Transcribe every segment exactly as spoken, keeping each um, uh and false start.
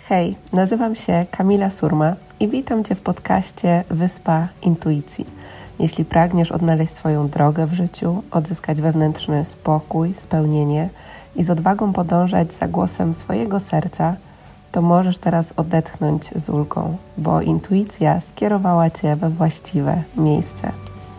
Hej, nazywam się Kamila Surma i witam Cię w podcaście Wyspa Intuicji. Jeśli pragniesz odnaleźć swoją drogę w życiu, odzyskać wewnętrzny spokój, spełnienie i z odwagą podążać za głosem swojego serca, to możesz teraz odetchnąć z ulgą, bo intuicja skierowała Cię we właściwe miejsce.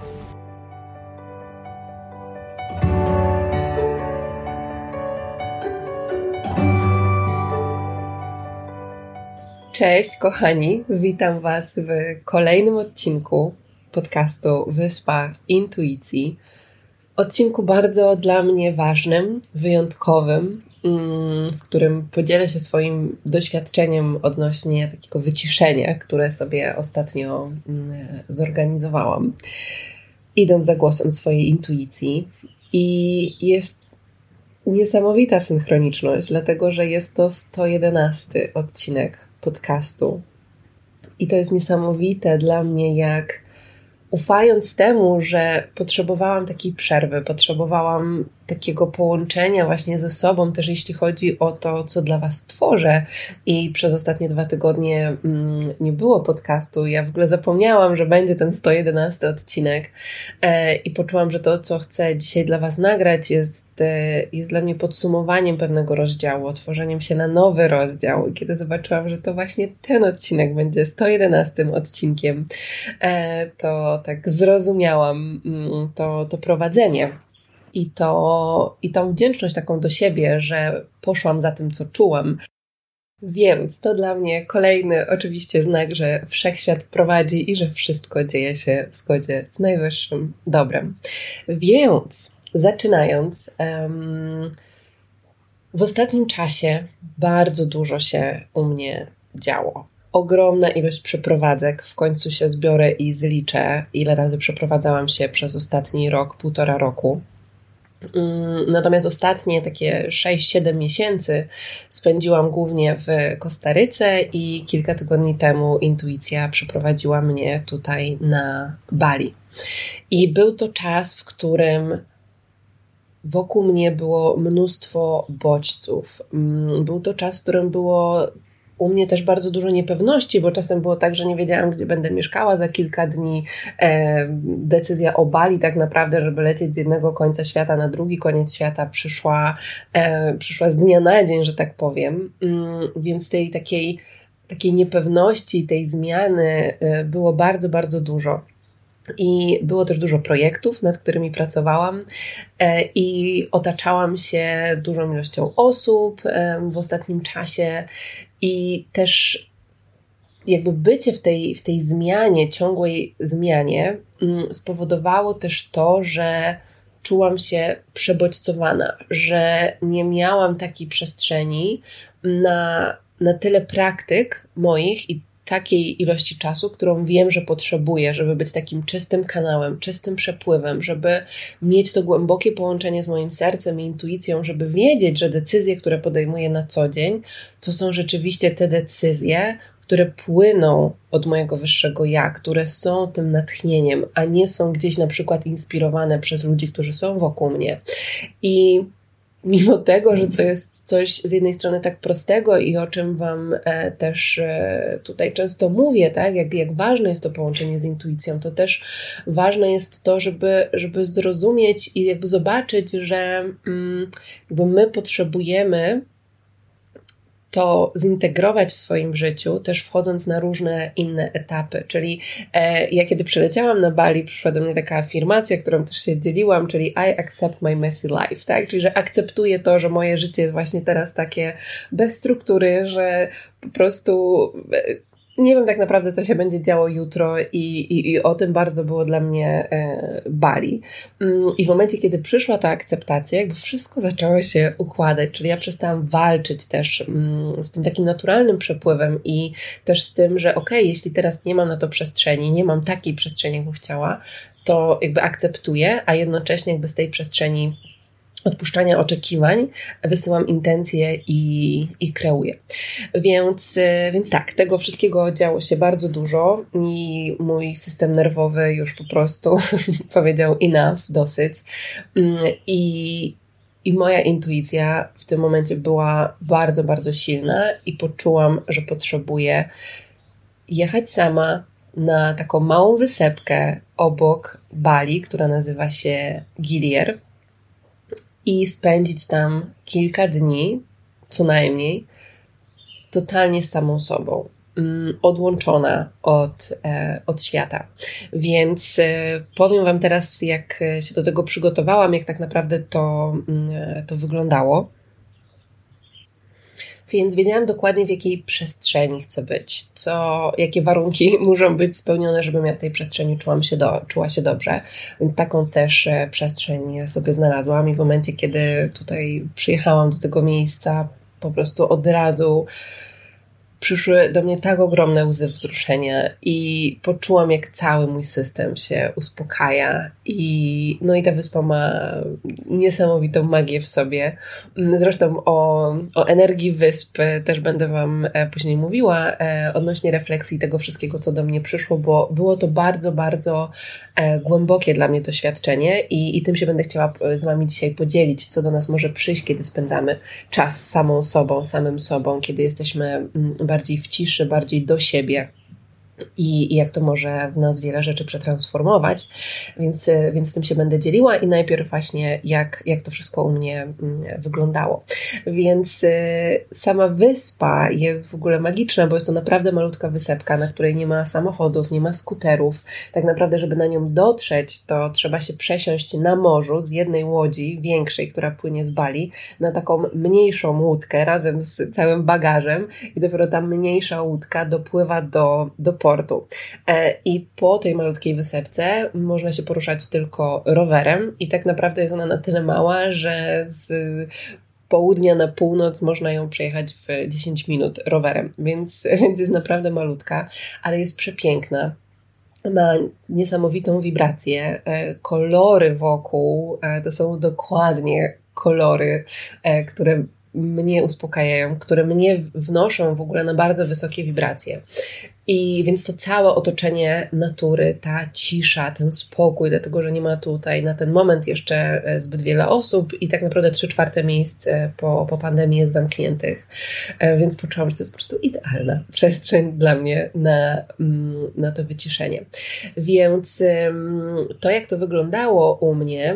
Cześć kochani, witam Was w kolejnym odcinku podcastu Wyspa Intuicji. Odcinku bardzo dla mnie ważnym, wyjątkowym, w którym podzielę się swoim doświadczeniem odnośnie takiego wyciszenia, które sobie ostatnio zorganizowałam, idąc za głosem swojej intuicji. I jest niesamowita synchroniczność, dlatego że jest to sto jedenasty odcinek podcastu. I to jest niesamowite dla mnie, jak ufając temu, że potrzebowałam takiej przerwy, potrzebowałam takiego połączenia właśnie ze sobą, też jeśli chodzi o to, co dla Was tworzę. I przez ostatnie dwa tygodnie mm, nie było podcastu. Ja w ogóle zapomniałam, że będzie ten sto jedenasty odcinek e, i poczułam, że to, co chcę dzisiaj dla Was nagrać, jest, e, jest dla mnie podsumowaniem pewnego rozdziału, otworzeniem się na nowy rozdział. I kiedy zobaczyłam, że to właśnie ten odcinek będzie sto jedenastym odcinkiem, e, to tak zrozumiałam mm, to, to prowadzenie. I, to, I tą wdzięczność taką do siebie, że poszłam za tym, co czułam. Więc to dla mnie kolejny oczywiście znak, że wszechświat prowadzi i że wszystko dzieje się w zgodzie z najwyższym dobrem. Więc zaczynając, um, w ostatnim czasie bardzo dużo się u mnie działo. Ogromna ilość przeprowadzek. W końcu się zbiorę i zliczę, ile razy przeprowadzałam się przez ostatni rok, półtora roku. Natomiast ostatnie takie sześć siedem miesięcy spędziłam głównie w Kostaryce i kilka tygodni temu intuicja przyprowadziła mnie tutaj na Bali. I był to czas, w którym wokół mnie było mnóstwo bodźców. Był to czas, w którym było u mnie też bardzo dużo niepewności, bo czasem było tak, że nie wiedziałam, gdzie będę mieszkała za kilka dni. E, decyzja o Bali tak naprawdę, żeby lecieć z jednego końca świata na drugi koniec świata przyszła, e, przyszła z dnia na dzień, że tak powiem. Mm, więc tej takiej, takiej niepewności, tej zmiany e, było bardzo, bardzo dużo. I było też dużo projektów, nad którymi pracowałam e, i otaczałam się dużą ilością osób e, w ostatnim czasie i też jakby bycie w tej, w tej zmianie, ciągłej zmianie m, spowodowało też to, że czułam się przebodźcowana, że nie miałam takiej przestrzeni na, na tyle praktyk moich i takiej ilości czasu, którą wiem, że potrzebuję, żeby być takim czystym kanałem, czystym przepływem, żeby mieć to głębokie połączenie z moim sercem i intuicją, żeby wiedzieć, że decyzje, które podejmuję na co dzień, to są rzeczywiście te decyzje, które płyną od mojego wyższego ja, które są tym natchnieniem, a nie są gdzieś na przykład inspirowane przez ludzi, którzy są wokół mnie. I mimo tego, że to jest coś z jednej strony tak prostego i o czym Wam e, też e, tutaj często mówię, tak, jak, jak ważne jest to połączenie z intuicją, to też ważne jest to, żeby, żeby zrozumieć i jakby zobaczyć, że mm, jakby my potrzebujemy to zintegrować w swoim życiu, też wchodząc na różne inne etapy. Czyli e, ja kiedy przyleciałam na Bali, przyszła do mnie taka afirmacja, którą też się dzieliłam, czyli I accept my messy life, tak? Czyli, że akceptuję to, że moje życie jest właśnie teraz takie bez struktury, że po prostu e, nie wiem tak naprawdę, co się będzie działo jutro i, i, i o tym bardzo było dla mnie e, Bali. I w momencie, kiedy przyszła ta akceptacja, jakby wszystko zaczęło się układać, czyli ja przestałam walczyć też mm, z tym takim naturalnym przepływem i też z tym, że okej, okay, jeśli teraz nie mam na to przestrzeni, nie mam takiej przestrzeni, jakbym chciała, to jakby akceptuję, a jednocześnie jakby z tej przestrzeni odpuszczania oczekiwań wysyłam intencje i, i kreuję. Więc, więc tak, tego wszystkiego działo się bardzo dużo i mój system nerwowy już po prostu powiedział enough, dosyć. I I moja intuicja w tym momencie była bardzo, bardzo silna i poczułam, że potrzebuję jechać sama na taką małą wysepkę obok Bali, która nazywa się Gilier, i spędzić tam kilka dni, co najmniej, totalnie z samą sobą, odłączona od, od świata. Więc powiem Wam teraz, jak się do tego przygotowałam, jak tak naprawdę to, to wyglądało. Więc wiedziałam dokładnie, w jakiej przestrzeni chcę być, co, jakie warunki muszą być spełnione, żebym ja w tej przestrzeni czułam się do, czuła się dobrze. Więc taką też przestrzeń sobie znalazłam i w momencie, kiedy tutaj przyjechałam do tego miejsca, po prostu od razu przyszły do mnie tak ogromne łzy wzruszenia i poczułam, jak cały mój system się uspokaja i no i ta wyspa ma niesamowitą magię w sobie. Zresztą o, o energii wysp też będę Wam później mówiła odnośnie refleksji tego wszystkiego, co do mnie przyszło, bo było to bardzo, bardzo głębokie dla mnie doświadczenie i, i tym się będę chciała z Wami dzisiaj podzielić, co do nas może przyjść, kiedy spędzamy czas z samą sobą, samym sobą, kiedy jesteśmy bardziej w ciszy, bardziej do siebie i, i jak to może w nas wiele rzeczy przetransformować, więc, więc tym się będę dzieliła i najpierw właśnie jak, jak to wszystko u mnie wyglądało. Więc sama wyspa jest w ogóle magiczna, bo jest to naprawdę malutka wysepka, na której nie ma samochodów, nie ma skuterów. Tak naprawdę, żeby na nią dotrzeć, to trzeba się przesiąść na morzu z jednej łodzi większej, która płynie z Bali, na taką mniejszą łódkę razem z całym bagażem i dopiero ta mniejsza łódka dopływa do, do portu. I po tej malutkiej wysepce można się poruszać tylko rowerem i tak naprawdę jest ona na tyle mała, że z południa na północ można ją przejechać w dziesięć minut rowerem, więc, więc jest naprawdę malutka, ale jest przepiękna. Ma niesamowitą wibrację. Kolory wokół to są dokładnie kolory, które mnie uspokajają, które mnie wnoszą w ogóle na bardzo wysokie wibracje. I więc to całe otoczenie natury, ta cisza, ten spokój, dlatego, że nie ma tutaj na ten moment jeszcze zbyt wiele osób i tak naprawdę trzy czwarte miejsc po, po pandemii jest zamkniętych. Więc poczułam, że to jest po prostu idealna przestrzeń dla mnie na, na to wyciszenie. Więc to, jak to wyglądało u mnie,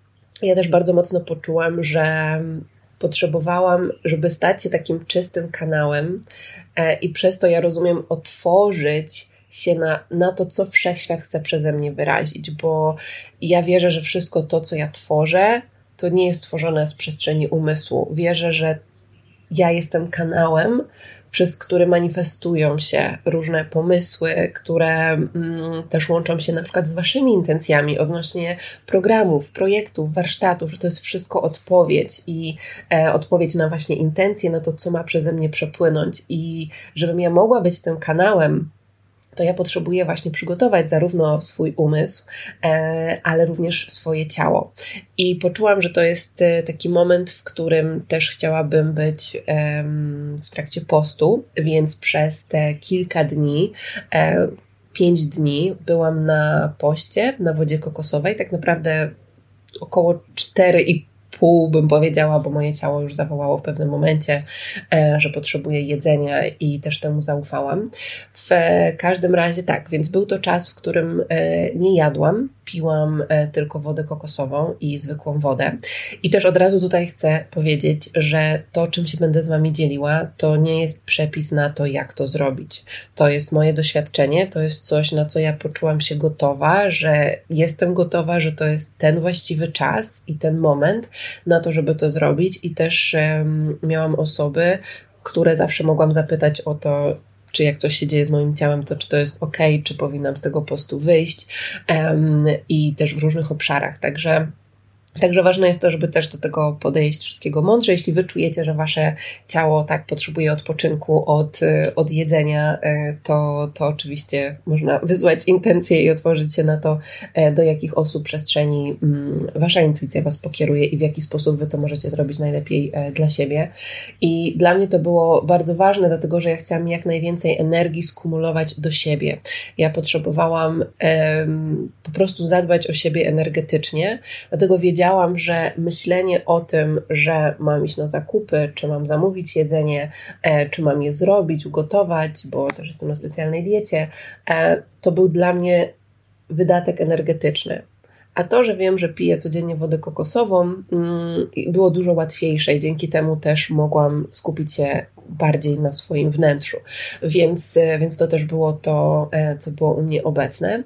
ja też bardzo mocno poczułam, że potrzebowałam, żeby stać się takim czystym kanałem e, i przez to, ja rozumiem, otworzyć się na, na to, co wszechświat chce przeze mnie wyrazić, bo ja wierzę, że wszystko to, co ja tworzę, to nie jest tworzone z przestrzeni umysłu. Wierzę, że ja jestem kanałem, przez który manifestują się różne pomysły, które mm, też łączą się na przykład z Waszymi intencjami odnośnie programów, projektów, warsztatów, że to jest wszystko odpowiedź i e, odpowiedź na właśnie intencje, na to, co ma przeze mnie przepłynąć i żebym ja mogła być tym kanałem, to ja potrzebuję właśnie przygotować zarówno swój umysł, e, ale również swoje ciało. I poczułam, że to jest taki moment, w którym też chciałabym być e, w trakcie postu, więc przez te kilka dni, e, pięć dni byłam na poście, na wodzie kokosowej, tak naprawdę około cztery i pół bym powiedziała, bo moje ciało już zawołało w pewnym momencie, że potrzebuje jedzenia i też temu zaufałam. W każdym razie tak, więc był to czas, w którym nie jadłam, piłam tylko wodę kokosową i zwykłą wodę. I też od razu tutaj chcę powiedzieć, że to, czym się będę z Wami dzieliła, to nie jest przepis na to, jak to zrobić. To jest moje doświadczenie, to jest coś, na co ja poczułam się gotowa, że jestem gotowa, że to jest ten właściwy czas i ten moment na to, żeby to zrobić i też um, miałam osoby, które zawsze mogłam zapytać o to, czy jak coś się dzieje z moim ciałem, to czy to jest ok, czy powinnam z tego postu wyjść um, i też w różnych obszarach, także Także ważne jest to, żeby też do tego podejść wszystkiego mądrze. Jeśli wy czujecie, że wasze ciało tak potrzebuje odpoczynku od, od jedzenia, to, to oczywiście można wysłać intencję i otworzyć się na to, do jakich osób, przestrzeni wasza intuicja was pokieruje i w jaki sposób wy to możecie zrobić najlepiej dla siebie. I dla mnie to było bardzo ważne, dlatego że ja chciałam jak najwięcej energii skumulować do siebie. Ja potrzebowałam um, po prostu zadbać o siebie energetycznie, dlatego wiedziałam, wiedziałam, że myślenie o tym, że mam iść na zakupy, czy mam zamówić jedzenie, e, czy mam je zrobić, ugotować, bo też jestem na specjalnej diecie, e, to był dla mnie wydatek energetyczny. A to, że wiem, że piję codziennie wodę kokosową, mm, było dużo łatwiejsze i dzięki temu też mogłam skupić się bardziej na swoim wnętrzu. Więc, więc to też było to, co było u mnie obecne.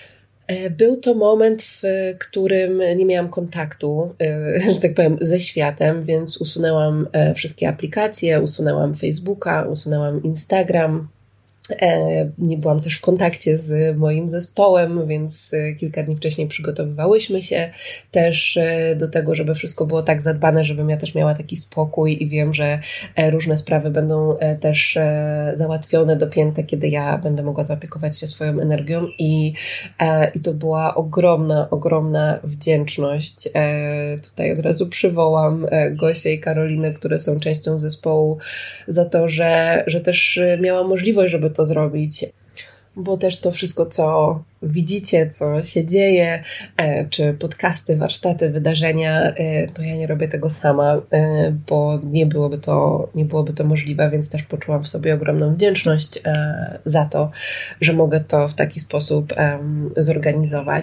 Był to moment, w którym nie miałam kontaktu, że tak powiem, ze światem, więc usunęłam wszystkie aplikacje, usunęłam Facebooka, usunęłam Instagram. Nie byłam też w kontakcie z moim zespołem, więc kilka dni wcześniej przygotowywałyśmy się też do tego, żeby wszystko było tak zadbane, żebym ja też miała taki spokój i wiem, że różne sprawy będą też załatwione, dopięte, kiedy ja będę mogła zaopiekować się swoją energią i, i to była ogromna, ogromna wdzięczność. Tutaj od razu przywołam Gosię i Karolinę, które są częścią zespołu, za to, że, że też miałam możliwość, żeby to zrobić, bo też to wszystko, co widzicie, co się dzieje, czy podcasty, warsztaty, wydarzenia, to ja nie robię tego sama, bo nie byłoby to, nie byłoby to możliwe, więc też poczułam w sobie ogromną wdzięczność za to, że mogę to w taki sposób zorganizować.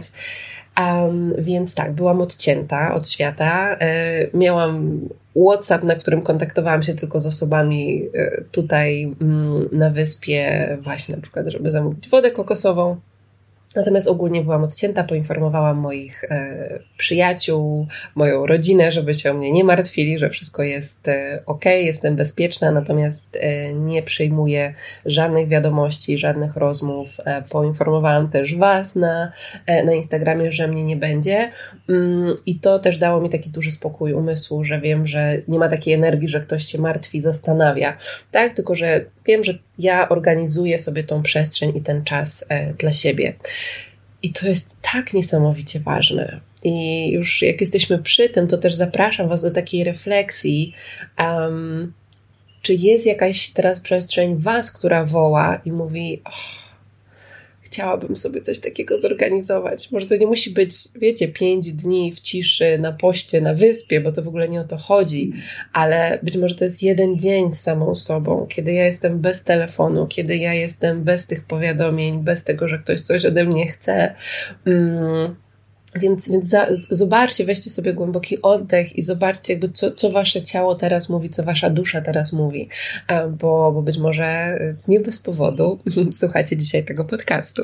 Um, więc tak, byłam odcięta od świata. E, miałam WhatsApp, na którym kontaktowałam się tylko z osobami e, tutaj m, na wyspie, właśnie na przykład, żeby zamówić wodę kokosową. Natomiast ogólnie byłam odcięta, poinformowałam moich e, przyjaciół, moją rodzinę, żeby się o mnie nie martwili, że wszystko jest e, ok, jestem bezpieczna, natomiast e, nie przyjmuję żadnych wiadomości, żadnych rozmów. E, poinformowałam też Was na, e, na Instagramie, że mnie nie będzie mm, i to też dało mi taki duży spokój umysłu, że wiem, że nie ma takiej energii, że ktoś się martwi, zastanawia, tak? Tylko, że wiem, że ja organizuję sobie tą przestrzeń i ten czas e, dla siebie. I to jest tak niesamowicie ważne. I już jak jesteśmy przy tym, to też zapraszam Was do takiej refleksji, um, czy jest jakaś teraz przestrzeń w Was, która woła i mówi: oh, chciałabym sobie coś takiego zorganizować. Może to nie musi być, wiecie, pięć dni w ciszy, na poście, na wyspie, bo to w ogóle nie o to chodzi, ale być może to jest jeden dzień z samą sobą, kiedy ja jestem bez telefonu, kiedy ja jestem bez tych powiadomień, bez tego, że ktoś coś ode mnie chce. Mm. Więc, więc za, zobaczcie, weźcie sobie głęboki oddech i zobaczcie, jakby co, co wasze ciało teraz mówi, co wasza dusza teraz mówi, bo, bo być może nie bez powodu słuchacie dzisiaj tego podcastu.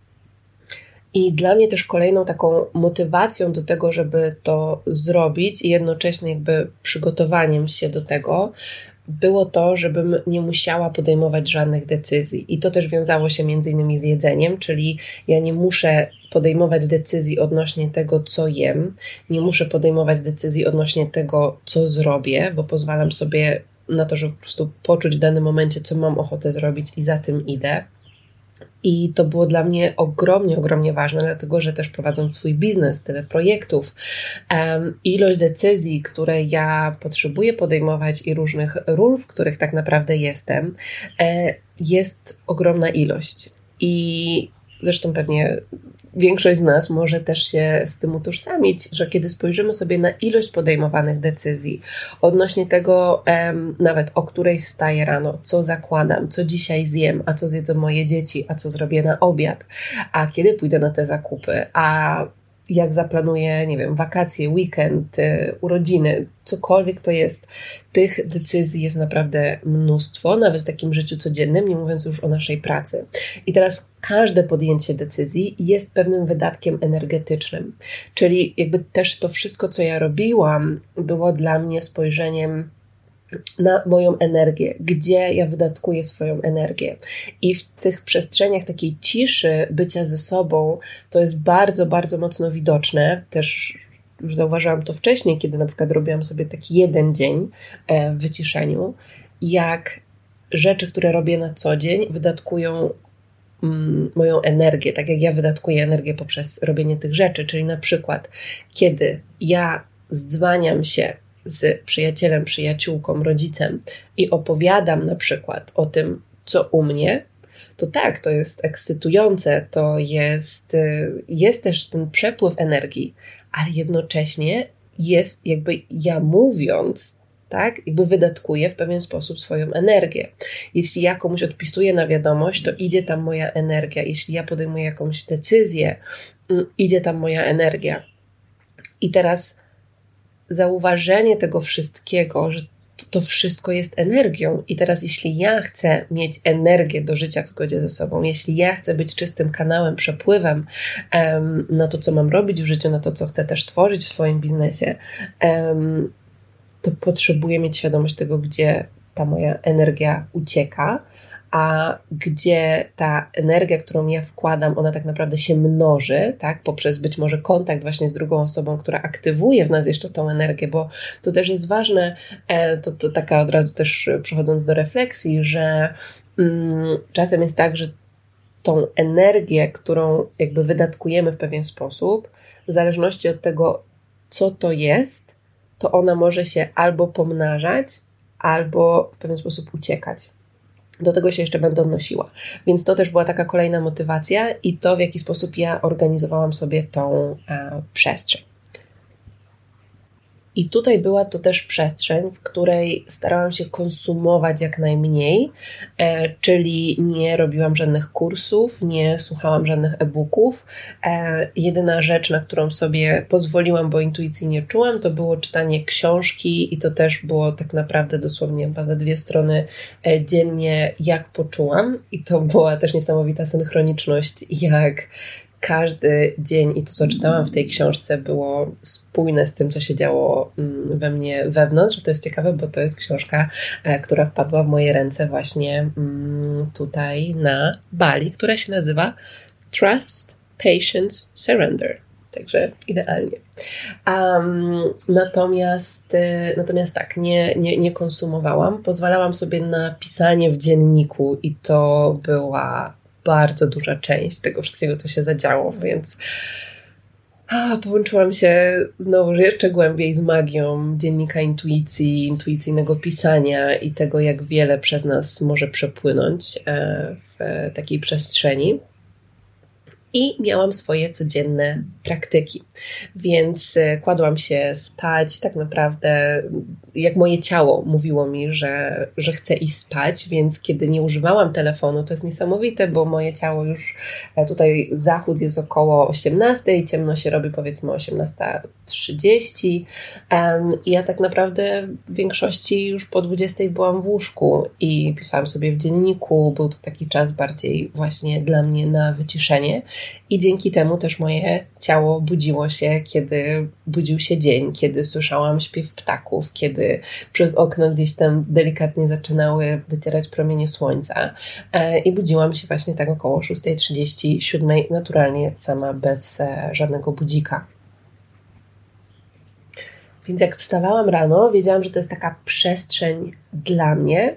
I dla mnie też kolejną taką motywacją do tego, żeby to zrobić i jednocześnie jakby przygotowaniem się do tego, było to, żebym nie musiała podejmować żadnych decyzji. I to też wiązało się między innymi z jedzeniem, czyli ja nie muszę podejmować decyzji odnośnie tego, co jem, nie muszę podejmować decyzji odnośnie tego, co zrobię, bo pozwalam sobie na to, żeby po prostu poczuć w danym momencie, co mam ochotę zrobić i za tym idę. I to było dla mnie ogromnie, ogromnie ważne, dlatego że też prowadząc swój biznes, tyle projektów, um, ilość decyzji, które ja potrzebuję podejmować i różnych ról, w których tak naprawdę jestem, e, jest ogromna ilość. I zresztą pewnie większość z nas może też się z tym utożsamić, że kiedy spojrzymy sobie na ilość podejmowanych decyzji odnośnie tego, em, nawet o której wstaję rano, co zakładam, co dzisiaj zjem, a co zjedzą moje dzieci, a co zrobię na obiad, a kiedy pójdę na te zakupy, a jak zaplanuję, nie wiem, wakacje, weekend, y, urodziny, cokolwiek to jest, tych decyzji jest naprawdę mnóstwo, nawet w takim życiu codziennym, nie mówiąc już o naszej pracy. I teraz każde podjęcie decyzji jest pewnym wydatkiem energetycznym, czyli jakby też to wszystko, co ja robiłam, było dla mnie spojrzeniem na moją energię, gdzie ja wydatkuję swoją energię. I w tych przestrzeniach takiej ciszy, bycia ze sobą, to jest bardzo, bardzo mocno widoczne. Też już zauważyłam to wcześniej, kiedy na przykład robiłam sobie taki jeden dzień w wyciszeniu, jak rzeczy, które robię na co dzień, wydatkują mm, moją energię, tak jak ja wydatkuję energię poprzez robienie tych rzeczy, czyli na przykład, kiedy ja zdzwaniam się z przyjacielem, przyjaciółką, rodzicem i opowiadam na przykład o tym, co u mnie, to tak, to jest ekscytujące, to jest, jest też ten przepływ energii, ale jednocześnie jest jakby ja mówiąc, tak, jakby wydatkuję w pewien sposób swoją energię. Jeśli ja komuś odpisuję na wiadomość, to idzie tam moja energia. Jeśli ja podejmuję jakąś decyzję, idzie tam moja energia. I teraz zauważenie tego wszystkiego, że to, to wszystko jest energią. I teraz jeśli ja chcę mieć energię do życia w zgodzie ze sobą, jeśli ja chcę być czystym kanałem, przepływem um, na to, co mam robić w życiu, na to, co chcę też tworzyć w swoim biznesie, um, to potrzebuję mieć świadomość tego, gdzie ta moja energia ucieka, a gdzie ta energia, którą ja wkładam, ona tak naprawdę się mnoży, tak, poprzez być może kontakt właśnie z drugą osobą, która aktywuje w nas jeszcze tą energię, bo to też jest ważne, to, to taka od razu też przechodząc do refleksji, że mm, czasem jest tak, że tą energię, którą jakby wydatkujemy w pewien sposób, w zależności od tego, co to jest, to ona może się albo pomnażać, albo w pewien sposób uciekać. Do tego się jeszcze będę odnosiła. Więc to też była taka kolejna motywacja i to, w jaki sposób ja organizowałam sobie tą e, przestrzeń. I tutaj była to też przestrzeń, w której starałam się konsumować jak najmniej, e, czyli nie robiłam żadnych kursów, nie słuchałam żadnych e-booków. E, jedyna rzecz, na którą sobie pozwoliłam, bo intuicyjnie czułam, to było czytanie książki i to też było tak naprawdę dosłownie chyba za dwie strony e, dziennie, jak poczułam. I to była też niesamowita synchroniczność, jak każdy dzień i to, co czytałam w tej książce, było spójne z tym, co się działo we mnie wewnątrz. To jest ciekawe, bo to jest książka, która wpadła w moje ręce właśnie tutaj na Bali, która się nazywa Trust, Patience, Surrender. Także idealnie. Um, natomiast, natomiast tak, nie, nie, nie konsumowałam. Pozwalałam sobie na pisanie w dzienniku i to była bardzo duża część tego wszystkiego, co się zadziało, więc a, połączyłam się znowu jeszcze głębiej z magią dziennika intuicji, intuicyjnego pisania i tego, jak wiele przez nas może przepłynąć w takiej przestrzeni. I miałam swoje codzienne praktyki, więc kładłam się spać, tak naprawdę jak moje ciało mówiło mi, że, że chcę iść spać, więc kiedy nie używałam telefonu, to jest niesamowite, bo moje ciało już, tutaj zachód jest około osiemnastej, ciemno się robi powiedzmy osiemnasta trzydzieści um, i ja tak naprawdę w większości już po dwudziestej byłam w łóżku i pisałam sobie w dzienniku, był to taki czas bardziej właśnie dla mnie na wyciszenie. I dzięki temu też moje ciało budziło się, kiedy budził się dzień, kiedy słyszałam śpiew ptaków, kiedy przez okno gdzieś tam delikatnie zaczynały docierać promienie słońca. I budziłam się właśnie tak około szósta trzydzieści, siedem, naturalnie sama bez żadnego budzika. Więc jak wstawałam rano, wiedziałam, że to jest taka przestrzeń dla mnie,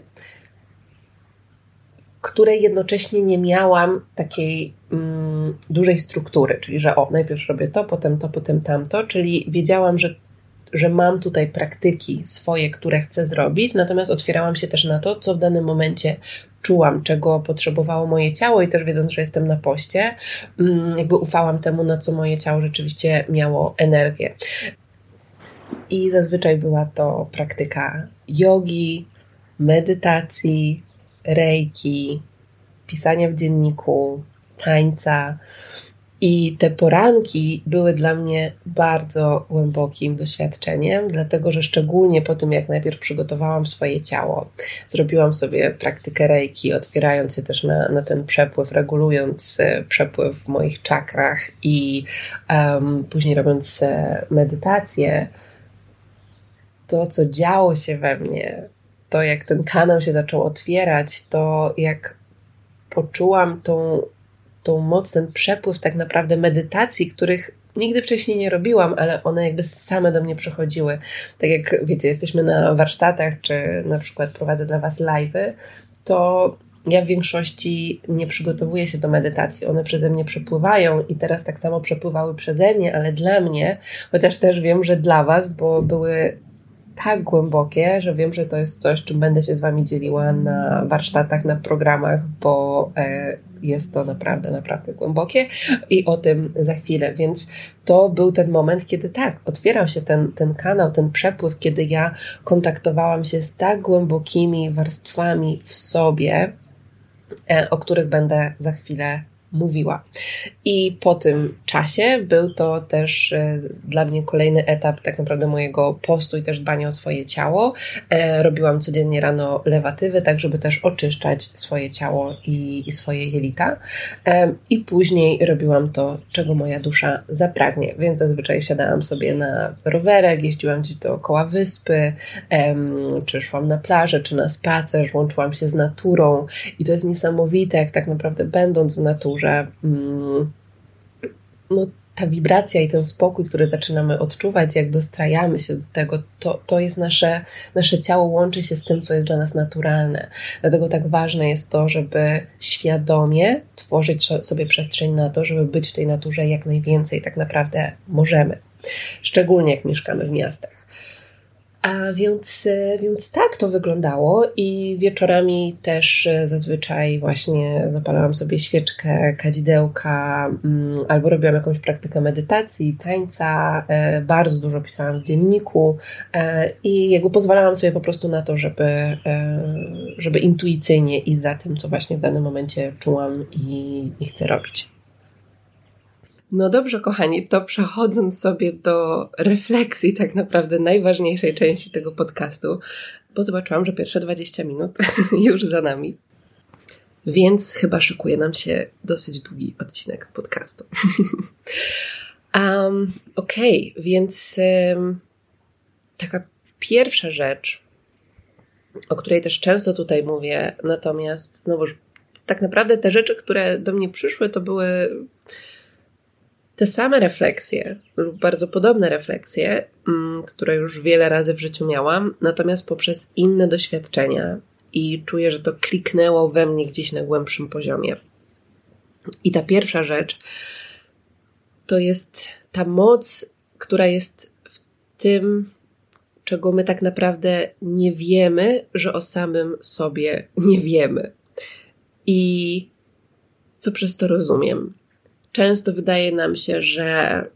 w której jednocześnie nie miałam takiej mm, dużej struktury, czyli że o, najpierw robię to, potem to, potem tamto, czyli wiedziałam, że, że mam tutaj praktyki swoje, które chcę zrobić, natomiast otwierałam się też na to, co w danym momencie czułam, czego potrzebowało moje ciało i też wiedząc, że jestem na poście, mm, jakby ufałam temu, na co moje ciało rzeczywiście miało energię. I zazwyczaj była to praktyka jogi, medytacji, reiki, pisania w dzienniku, tańca. I te poranki były dla mnie bardzo głębokim doświadczeniem, dlatego że szczególnie po tym, jak najpierw przygotowałam swoje ciało, zrobiłam sobie praktykę reiki, otwierając się też na, na ten przepływ, regulując przepływ w moich czakrach i um, później robiąc medytację, to, co działo się we mnie, to jak ten kanał się zaczął otwierać, to jak poczułam tą, tą moc, ten przepływ tak naprawdę medytacji, których nigdy wcześniej nie robiłam, ale one jakby same do mnie przychodziły. Tak jak wiecie, jesteśmy na warsztatach, czy na przykład prowadzę dla Was live'y, to ja w większości nie przygotowuję się do medytacji. One przeze mnie przepływają i teraz tak samo przepływały przeze mnie, ale dla mnie, chociaż też wiem, że dla Was, bo były tak głębokie, że wiem, że to jest coś, czym będę się z Wami dzieliła na warsztatach, na programach, bo e, jest to naprawdę, naprawdę głębokie i o tym za chwilę. Więc to był ten moment, kiedy tak, otwierał się ten, ten kanał, ten przepływ, kiedy ja kontaktowałam się z tak głębokimi warstwami w sobie, e, o których będę za chwilę mówiła. I po tym czasie był to też e, dla mnie kolejny etap tak naprawdę mojego postu i też dbania o swoje ciało. E, robiłam codziennie rano lewatywy, tak żeby też oczyszczać swoje ciało i, i swoje jelita. E, I później robiłam to, czego moja dusza zapragnie, więc zazwyczaj siadałam sobie na rowerek, jeździłam gdzieś dookoła wyspy, e, czy szłam na plażę, czy na spacer, łączyłam się z naturą i to jest niesamowite, jak tak naprawdę będąc w naturze, że no, ta wibracja i ten spokój, który zaczynamy odczuwać, jak dostrajamy się do tego, to, to jest nasze, nasze ciało łączy się z tym, co jest dla nas naturalne. Dlatego tak ważne jest to, żeby świadomie tworzyć sobie przestrzeń na to, żeby być w tej naturze jak najwięcej tak naprawdę możemy. Szczególnie jak mieszkamy w miastach. A więc, więc tak to wyglądało i wieczorami też zazwyczaj właśnie zapalałam sobie świeczkę, kadzidełka um, albo robiłam jakąś praktykę medytacji, tańca, e, bardzo dużo pisałam w dzienniku e, i jakby pozwalałam sobie po prostu na to, żeby, e, żeby intuicyjnie iść za tym, co właśnie w danym momencie czułam i, i chcę robić. No dobrze, kochani, to przechodząc sobie do refleksji tak naprawdę najważniejszej części tego podcastu, bo zobaczyłam, że pierwsze dwadzieścia minut już za nami. Więc chyba szykuje nam się dosyć długi odcinek podcastu. um, Okej, okay, więc um, taka pierwsza rzecz, o której też często tutaj mówię, natomiast znowu tak naprawdę te rzeczy, które do mnie przyszły, to były te same refleksje lub bardzo podobne refleksje, które już wiele razy w życiu miałam, natomiast poprzez inne doświadczenia i czuję, że to kliknęło we mnie gdzieś na głębszym poziomie. I ta pierwsza rzecz to jest ta moc, która jest w tym, czego my tak naprawdę nie wiemy, że o samym sobie nie wiemy. I co przez to rozumiem? Często wydaje nam się, że,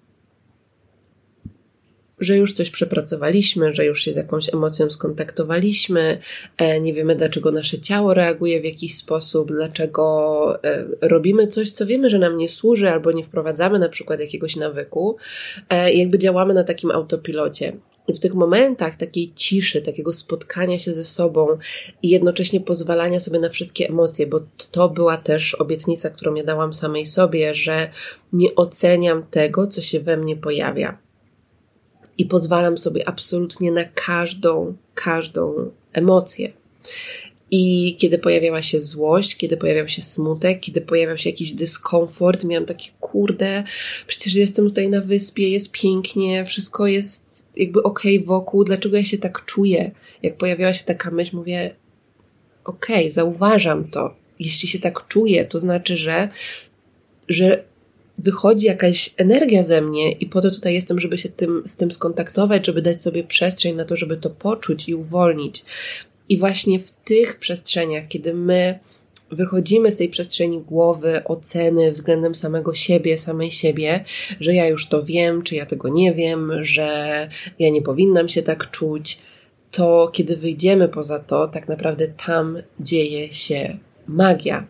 że już coś przepracowaliśmy, że już się z jakąś emocją skontaktowaliśmy, nie wiemy, dlaczego nasze ciało reaguje w jakiś sposób, dlaczego robimy coś, co wiemy, że nam nie służy, albo nie wprowadzamy na przykład jakiegoś nawyku, i jakby działamy na takim autopilocie. I w tych momentach takiej ciszy, takiego spotkania się ze sobą i jednocześnie pozwalania sobie na wszystkie emocje, bo to była też obietnica, którą ja dałam samej sobie, że nie oceniam tego, co się we mnie pojawia. I pozwalam sobie absolutnie na każdą, każdą emocję. I kiedy pojawiała się złość, kiedy pojawiał się smutek, kiedy pojawiał się jakiś dyskomfort, miałam takie, kurde, przecież jestem tutaj na wyspie, jest pięknie, wszystko jest jakby okej wokół, dlaczego ja się tak czuję? Jak pojawiała się taka myśl, mówię, okej, okay, zauważam to. Jeśli się tak czuję, to znaczy, że, że wychodzi jakaś energia ze mnie i po to tutaj jestem, żeby się tym, z tym skontaktować, żeby dać sobie przestrzeń na to, żeby to poczuć i uwolnić. I właśnie w tych przestrzeniach, kiedy my wychodzimy z tej przestrzeni głowy, oceny względem samego siebie, samej siebie, że ja już to wiem, czy ja tego nie wiem, że ja nie powinnam się tak czuć, to kiedy wyjdziemy poza to, tak naprawdę tam dzieje się magia.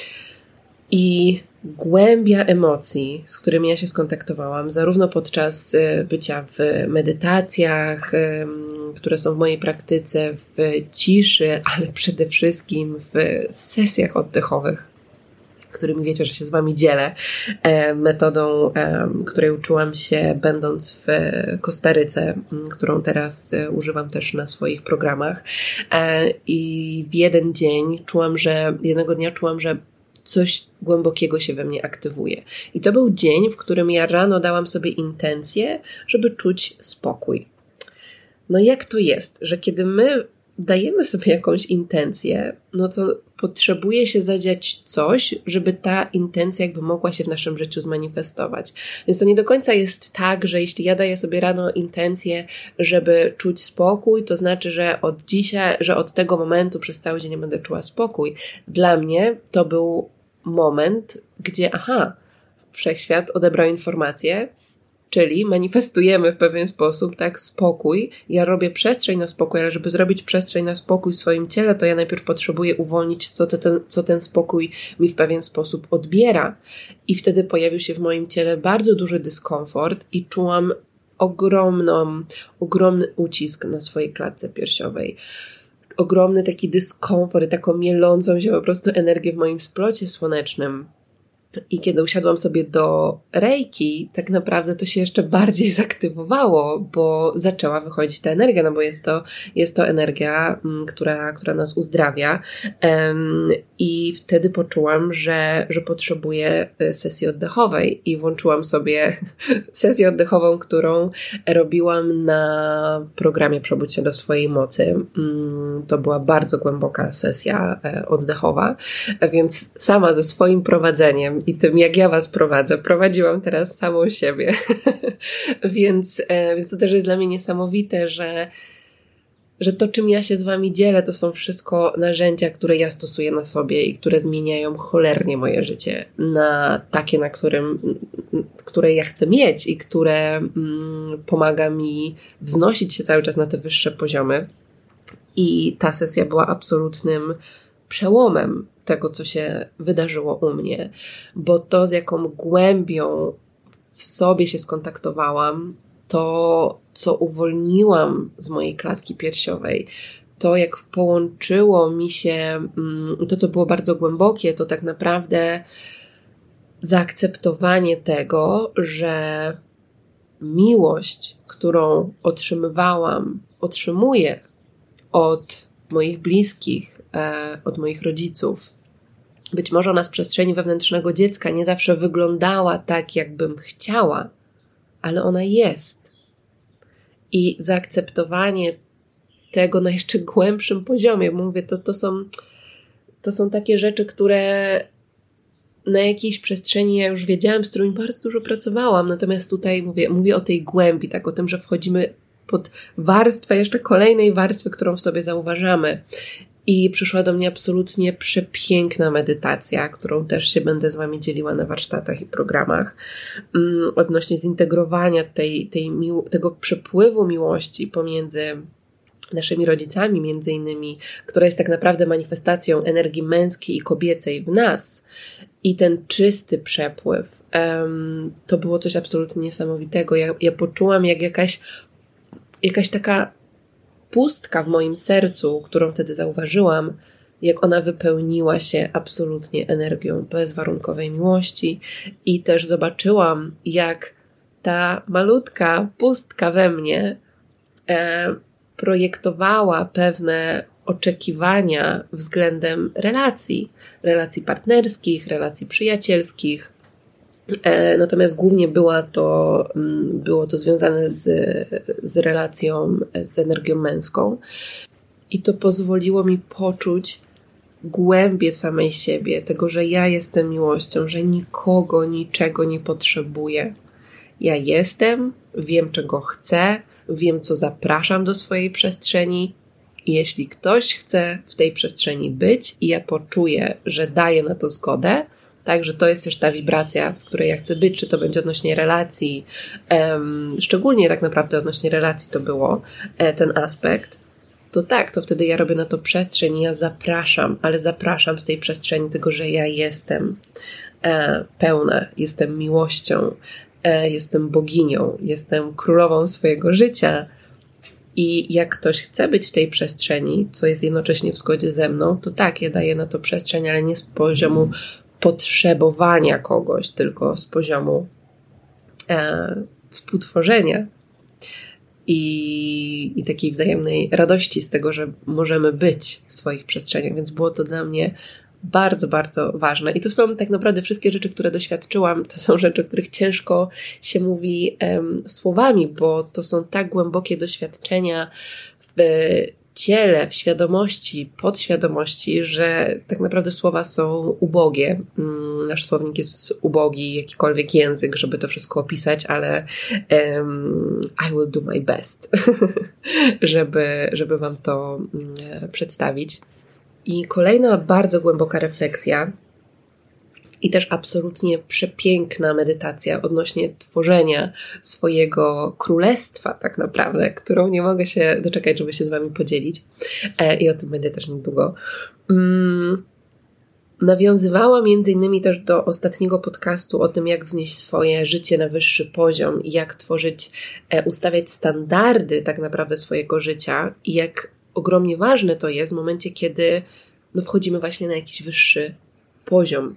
I głębia emocji, z którymi ja się skontaktowałam, zarówno podczas bycia w medytacjach, które są w mojej praktyce, w ciszy, ale przede wszystkim w sesjach oddechowych, którymi wiecie, że się z Wami dzielę, metodą, której uczyłam się będąc w Kostaryce, którą teraz używam też na swoich programach. I w jeden dzień czułam, że, jednego dnia czułam, że coś głębokiego się we mnie aktywuje. I to był dzień, w którym ja rano dałam sobie intencję, żeby czuć spokój. No jak to jest, że kiedy my dajemy sobie jakąś intencję, no to potrzebuje się zadziać coś, żeby ta intencja jakby mogła się w naszym życiu zmanifestować. Więc to nie do końca jest tak, że jeśli ja daję sobie rano intencję, żeby czuć spokój, to znaczy, że od dzisiaj, że od tego momentu przez cały dzień będę czuła spokój. Dla mnie to był moment, gdzie aha, wszechświat odebrał informację, czyli manifestujemy w pewien sposób, tak, spokój. Ja robię przestrzeń na spokój, ale żeby zrobić przestrzeń na spokój w swoim ciele, to ja najpierw potrzebuję uwolnić, co, te, ten, co ten spokój mi w pewien sposób odbiera. I wtedy pojawił się w moim ciele bardzo duży dyskomfort i czułam ogromną, ogromny ucisk na swojej klatce piersiowej. Ogromny taki dyskomfort i taką mielącą się po prostu energię w moim splocie słonecznym. I kiedy usiadłam sobie do reiki, tak naprawdę to się jeszcze bardziej zaktywowało, bo zaczęła wychodzić ta energia, no bo jest to, jest to energia, m, która, która nas uzdrawia. Um, I wtedy poczułam, że, że potrzebuję sesji oddechowej i włączyłam sobie sesję oddechową, którą robiłam na programie Przebudź się do swojej mocy. Um, to była bardzo głęboka sesja e, oddechowa, więc sama ze swoim prowadzeniem i tym, jak ja was prowadzę. Prowadziłam teraz samą siebie. więc, e, więc to też jest dla mnie niesamowite, że, że to, czym ja się z wami dzielę, to są wszystko narzędzia, które ja stosuję na sobie i które zmieniają cholernie moje życie na takie, na którym, które ja chcę mieć i które mm, pomaga mi wznosić się cały czas na te wyższe poziomy. I ta sesja była absolutnym przełomem tego, co się wydarzyło u mnie, bo to, z jaką głębią w sobie się skontaktowałam, to, co uwolniłam z mojej klatki piersiowej, to, jak połączyło mi się, to, co było bardzo głębokie, to tak naprawdę zaakceptowanie tego, że miłość, którą otrzymywałam, otrzymuję od moich bliskich, od moich rodziców. Być może ona z przestrzeni wewnętrznego dziecka nie zawsze wyglądała tak, jakbym chciała, ale ona jest. I zaakceptowanie tego na jeszcze głębszym poziomie, mówię, to, to, są, to są takie rzeczy, które na jakiejś przestrzeni ja już wiedziałam, z którymi bardzo dużo pracowałam, natomiast tutaj mówię, mówię o tej głębi, tak, o tym, że wchodzimy pod warstwę jeszcze kolejnej warstwy, którą w sobie zauważamy. I przyszła do mnie absolutnie przepiękna medytacja, którą też się będę z wami dzieliła na warsztatach i programach, um, odnośnie zintegrowania tej, tej mił- tego przepływu miłości pomiędzy naszymi rodzicami, między innymi, która jest tak naprawdę manifestacją energii męskiej i kobiecej w nas. I ten czysty przepływ, um, to było coś absolutnie niesamowitego. Ja, ja poczułam, jak jakaś, jakaś taka pustka w moim sercu, którą wtedy zauważyłam, jak ona wypełniła się absolutnie energią bezwarunkowej miłości. I też zobaczyłam, jak ta malutka pustka we mnie e, projektowała pewne oczekiwania względem relacji, relacji partnerskich, relacji przyjacielskich. E, natomiast głównie była to, było to związane z, z relacją, z energią męską. I to pozwoliło mi poczuć głębię samej siebie, tego, że ja jestem miłością, że nikogo, niczego nie potrzebuję. Ja jestem, wiem, czego chcę, wiem, co zapraszam do swojej przestrzeni. I jeśli ktoś chce w tej przestrzeni być i ja poczuję, że daję na to zgodę, także to jest też ta wibracja, w której ja chcę być, czy to będzie odnośnie relacji, um, szczególnie tak naprawdę odnośnie relacji to było e, ten aspekt, to tak, to wtedy ja robię na to przestrzeń i ja zapraszam, ale zapraszam z tej przestrzeni tego, że ja jestem e, pełna, jestem miłością, e, jestem boginią, jestem królową swojego życia. I jak ktoś chce być w tej przestrzeni, co jest jednocześnie w zgodzie ze mną, to tak, ja daję na to przestrzeń, ale nie z poziomu potrzebowania kogoś, tylko z poziomu e, współtworzenia i, i takiej wzajemnej radości z tego, że możemy być w swoich przestrzeniach, więc było to dla mnie bardzo, bardzo ważne. I to są tak naprawdę wszystkie rzeczy, które doświadczyłam, to są rzeczy, których ciężko się mówi em, słowami, bo to są tak głębokie doświadczenia w ciele, w świadomości, podświadomości, że tak naprawdę słowa są ubogie. Nasz słownik jest ubogi, jakikolwiek język, żeby to wszystko opisać, ale um, I will do my best, żeby, żeby Wam to um, przedstawić. I kolejna bardzo głęboka refleksja i też absolutnie przepiękna medytacja odnośnie tworzenia swojego królestwa tak naprawdę, którą nie mogę się doczekać, żeby się z Wami podzielić. E, I o tym będę też niedługo. Mm, nawiązywała między innymi też do ostatniego podcastu o tym, jak wznieść swoje życie na wyższy poziom i jak tworzyć, e, ustawiać standardy tak naprawdę swojego życia i jak ogromnie ważne to jest w momencie, kiedy no, wchodzimy właśnie na jakiś wyższy poziom.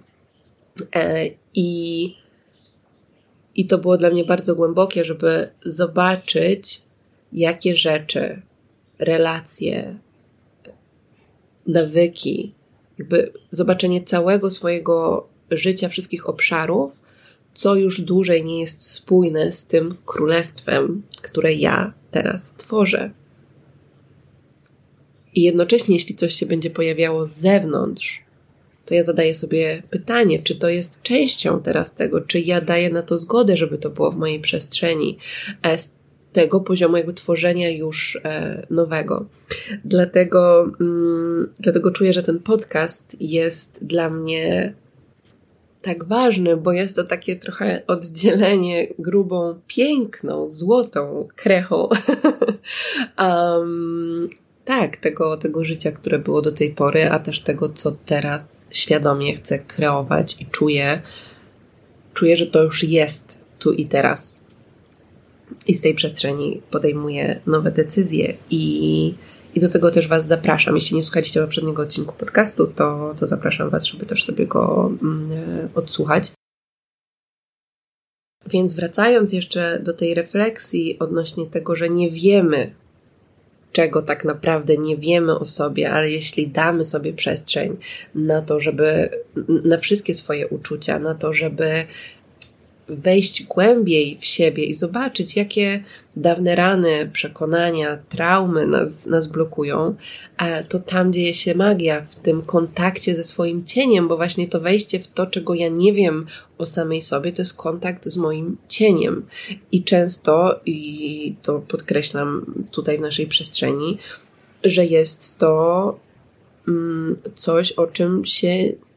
I, I to było dla mnie bardzo głębokie, żeby zobaczyć, jakie rzeczy, relacje, nawyki, jakby zobaczenie całego swojego życia, wszystkich obszarów, co już dłużej nie jest spójne z tym królestwem, które ja teraz tworzę. I jednocześnie, jeśli coś się będzie pojawiało z zewnątrz, to ja zadaję sobie pytanie, czy to jest częścią teraz tego, czy ja daję na to zgodę, żeby to było w mojej przestrzeni, z tego poziomu jakby tworzenia już nowego. Dlatego, mm, dlatego czuję, że ten podcast jest dla mnie tak ważny, bo jest to takie trochę oddzielenie grubą, piękną, złotą krechą um, Tak, tego, tego życia, które było do tej pory, a też tego, co teraz świadomie chcę kreować i czuję, czuję, że to już jest tu i teraz. I z tej przestrzeni podejmuję nowe decyzje i, i do tego też Was zapraszam. Jeśli nie słuchaliście poprzedniego odcinku podcastu, to, to zapraszam Was, żeby też sobie go mm, odsłuchać. Więc wracając jeszcze do tej refleksji odnośnie tego, że nie wiemy, czego tak naprawdę nie wiemy o sobie, ale jeśli damy sobie przestrzeń na to, żeby, na wszystkie swoje uczucia, na to, żeby wejść głębiej w siebie i zobaczyć, jakie dawne rany, przekonania, traumy nas, nas blokują, to tam dzieje się magia, w tym kontakcie ze swoim cieniem, bo właśnie to wejście w to, czego ja nie wiem o samej sobie, to jest kontakt z moim cieniem. I często, i to podkreślam tutaj w naszej przestrzeni, że jest to mm, coś, o czym się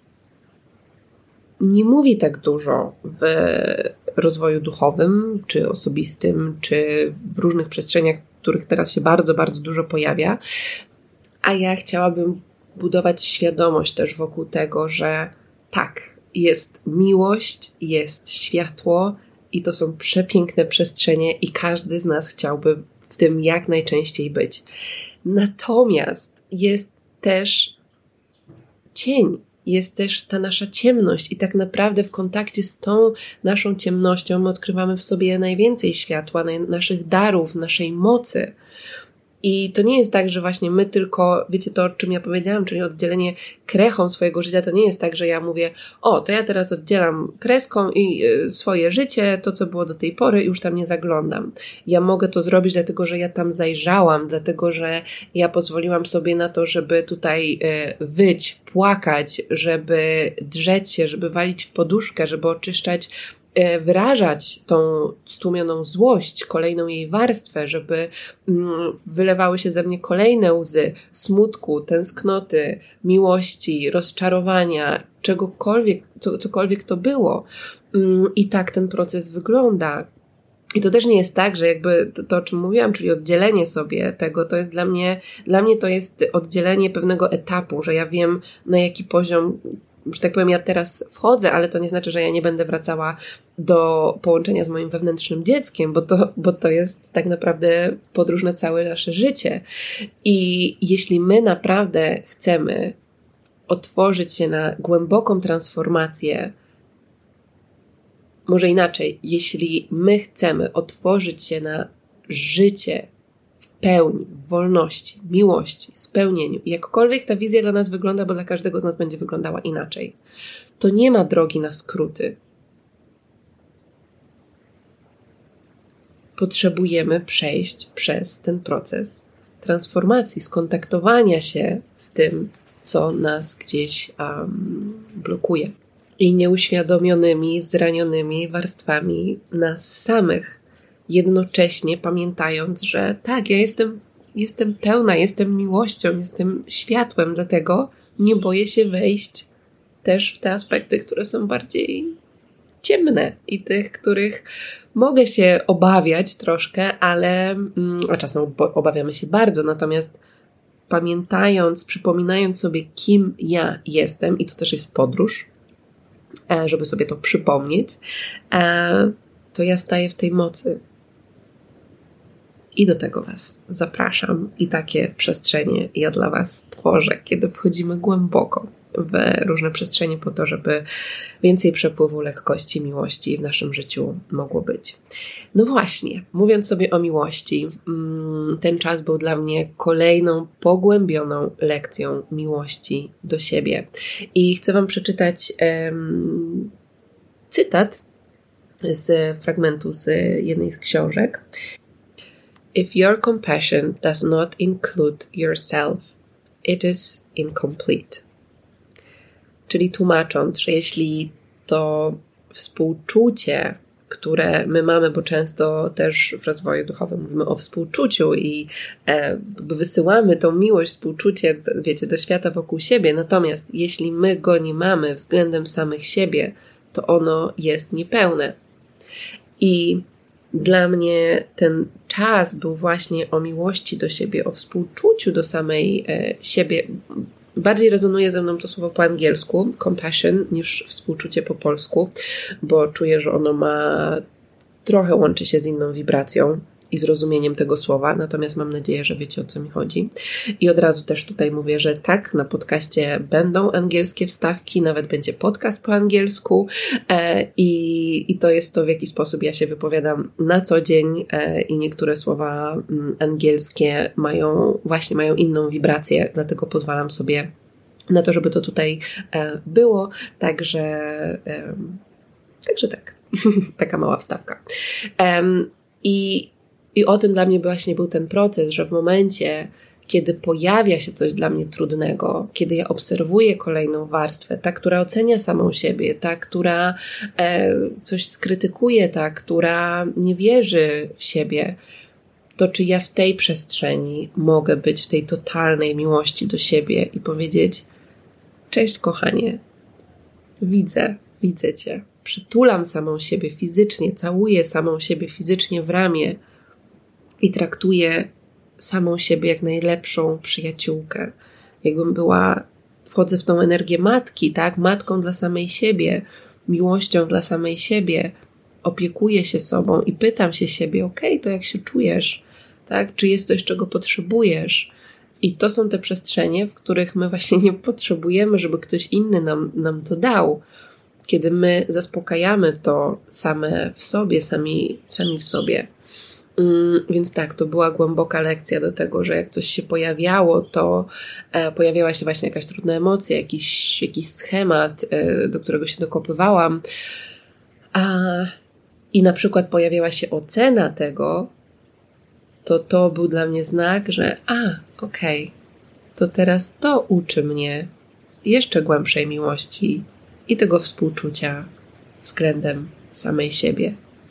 nie mówi tak dużo w rozwoju duchowym, czy osobistym, czy w różnych przestrzeniach, w których teraz się bardzo, bardzo dużo pojawia. A ja chciałabym budować świadomość też wokół tego, że tak, jest miłość, jest światło i to są przepiękne przestrzenie i każdy z nas chciałby w tym jak najczęściej być. Natomiast jest też cień. Jest też ta nasza ciemność i tak naprawdę w kontakcie z tą naszą ciemnością my odkrywamy w sobie najwięcej światła, naszych darów, naszej mocy. I to nie jest tak, że właśnie my tylko, wiecie to, o czym ja powiedziałam, czyli oddzielenie krechą swojego życia, to nie jest tak, że ja mówię, o, to ja teraz oddzielam kreską i y, swoje życie, to co było do tej pory i już tam nie zaglądam. Ja mogę to zrobić dlatego, że ja tam zajrzałam, dlatego, że ja pozwoliłam sobie na to, żeby tutaj y, wyć, płakać, żeby drzeć się, żeby walić w poduszkę, żeby oczyszczać, wyrażać tą stłumioną złość, kolejną jej warstwę, żeby wylewały się ze mnie kolejne łzy smutku, tęsknoty, miłości, rozczarowania, czegokolwiek, co, cokolwiek to było. I tak ten proces wygląda. I to też nie jest tak, że jakby to, to, o czym mówiłam, czyli oddzielenie sobie tego, to jest dla mnie, dla mnie to jest oddzielenie pewnego etapu, że ja wiem, na jaki poziom, że tak powiem, ja teraz wchodzę, ale to nie znaczy, że ja nie będę wracała do połączenia z moim wewnętrznym dzieckiem, bo to, bo to jest tak naprawdę podróż na całe nasze życie. I jeśli my naprawdę chcemy otworzyć się na głęboką transformację, może inaczej, jeśli my chcemy otworzyć się na życie w pełni, w wolności, miłości, spełnieniu, jakkolwiek ta wizja dla nas wygląda, bo dla każdego z nas będzie wyglądała inaczej, to nie ma drogi na skróty. Potrzebujemy przejść przez ten proces transformacji, skontaktowania się z tym, co nas gdzieś um, blokuje. I nieuświadomionymi, zranionymi warstwami nas samych. Jednocześnie pamiętając, że tak, ja jestem, jestem pełna, jestem miłością, jestem światłem, dlatego nie boję się wejść też w te aspekty, które są bardziej ciemne i tych, których mogę się obawiać troszkę, ale a czasem obawiamy się bardzo, natomiast pamiętając, przypominając sobie, kim ja jestem, i to też jest podróż, żeby sobie to przypomnieć, to ja staję w tej mocy. I do tego Was zapraszam i takie przestrzenie ja dla Was tworzę, kiedy wchodzimy głęboko w różne przestrzenie po to, żeby więcej przepływu lekkości, miłości w naszym życiu mogło być. No właśnie, mówiąc sobie o miłości, ten czas był dla mnie kolejną pogłębioną lekcją miłości do siebie. I chcę Wam przeczytać um, cytat z fragmentu z jednej z książek. If your compassion does not include yourself, it is incomplete. Czyli tłumacząc, że jeśli to współczucie, które my mamy, bo często też w rozwoju duchowym mówimy o współczuciu i e, wysyłamy tą miłość, współczucie, wiecie, do świata wokół siebie, natomiast jeśli my go nie mamy względem samych siebie, to ono jest niepełne. I dla mnie ten czas był właśnie o miłości do siebie, o współczuciu do samej e, siebie. Bardziej rezonuje ze mną to słowo po angielsku, compassion, niż współczucie po polsku, bo czuję, że ono ma, trochę łączy się z inną wibracją i zrozumieniem tego słowa, natomiast mam nadzieję, że wiecie, o co mi chodzi. I od razu też tutaj mówię, że tak, na podcaście będą angielskie wstawki, nawet będzie podcast po angielsku e, i, i to jest to, w jaki sposób ja się wypowiadam na co dzień e, i niektóre słowa m, angielskie mają, właśnie mają inną wibrację, dlatego pozwalam sobie na to, żeby to tutaj e, było, także e, także tak, taka mała wstawka. E, i I o tym dla mnie właśnie był ten proces, że w momencie, kiedy pojawia się coś dla mnie trudnego, kiedy ja obserwuję kolejną warstwę, ta, która ocenia samą siebie, ta, która e, coś skrytykuje, ta, która nie wierzy w siebie, to czy ja w tej przestrzeni mogę być w tej totalnej miłości do siebie i powiedzieć: cześć kochanie, widzę, widzę Cię, przytulam samą siebie fizycznie, całuję samą siebie fizycznie w ramię, i traktuję samą siebie jak najlepszą przyjaciółkę. Jakbym była, wchodzę w tą energię matki, tak? Matką dla samej siebie, miłością dla samej siebie. Opiekuję się sobą i pytam się siebie: okej, okay, to jak się czujesz? Tak? Czy jest coś, czego potrzebujesz? I to są te przestrzenie, w których my właśnie nie potrzebujemy, żeby ktoś inny nam, nam to dał. Kiedy my zaspokajamy to same w sobie, sami, sami w sobie. Mm, więc tak, to była głęboka lekcja do tego, że jak coś się pojawiało, to e, pojawiała się właśnie jakaś trudna emocja, jakiś, jakiś schemat, e, do którego się dokopywałam. A, I na przykład pojawiała się ocena tego, to to był dla mnie znak, że a, okej, okay, to teraz to uczy mnie jeszcze głębszej miłości i tego współczucia względem samej siebie.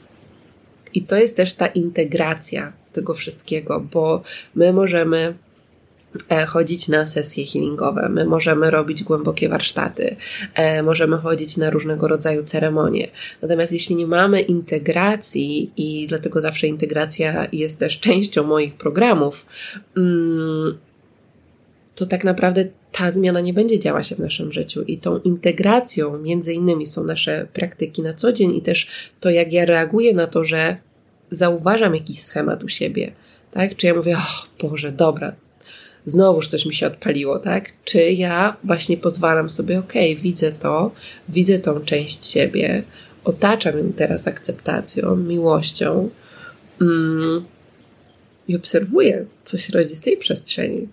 I to jest też ta integracja tego wszystkiego, bo my możemy chodzić na sesje healingowe, my możemy robić głębokie warsztaty, możemy chodzić na różnego rodzaju ceremonie. Natomiast jeśli nie mamy integracji, i dlatego zawsze integracja jest też częścią moich programów, to tak naprawdę ta zmiana nie będzie działa się w naszym życiu. I tą integracją między innymi są nasze praktyki na co dzień i też to, jak ja reaguję na to, że zauważam jakiś schemat u siebie, tak? Czy ja mówię: o Boże, dobra, znowuż coś mi się odpaliło, tak? Czy ja właśnie pozwalam sobie: okej, okay, widzę to, widzę tą część siebie, otaczam ją teraz akceptacją, miłością mm, i obserwuję, co się rodzi z tej przestrzeni.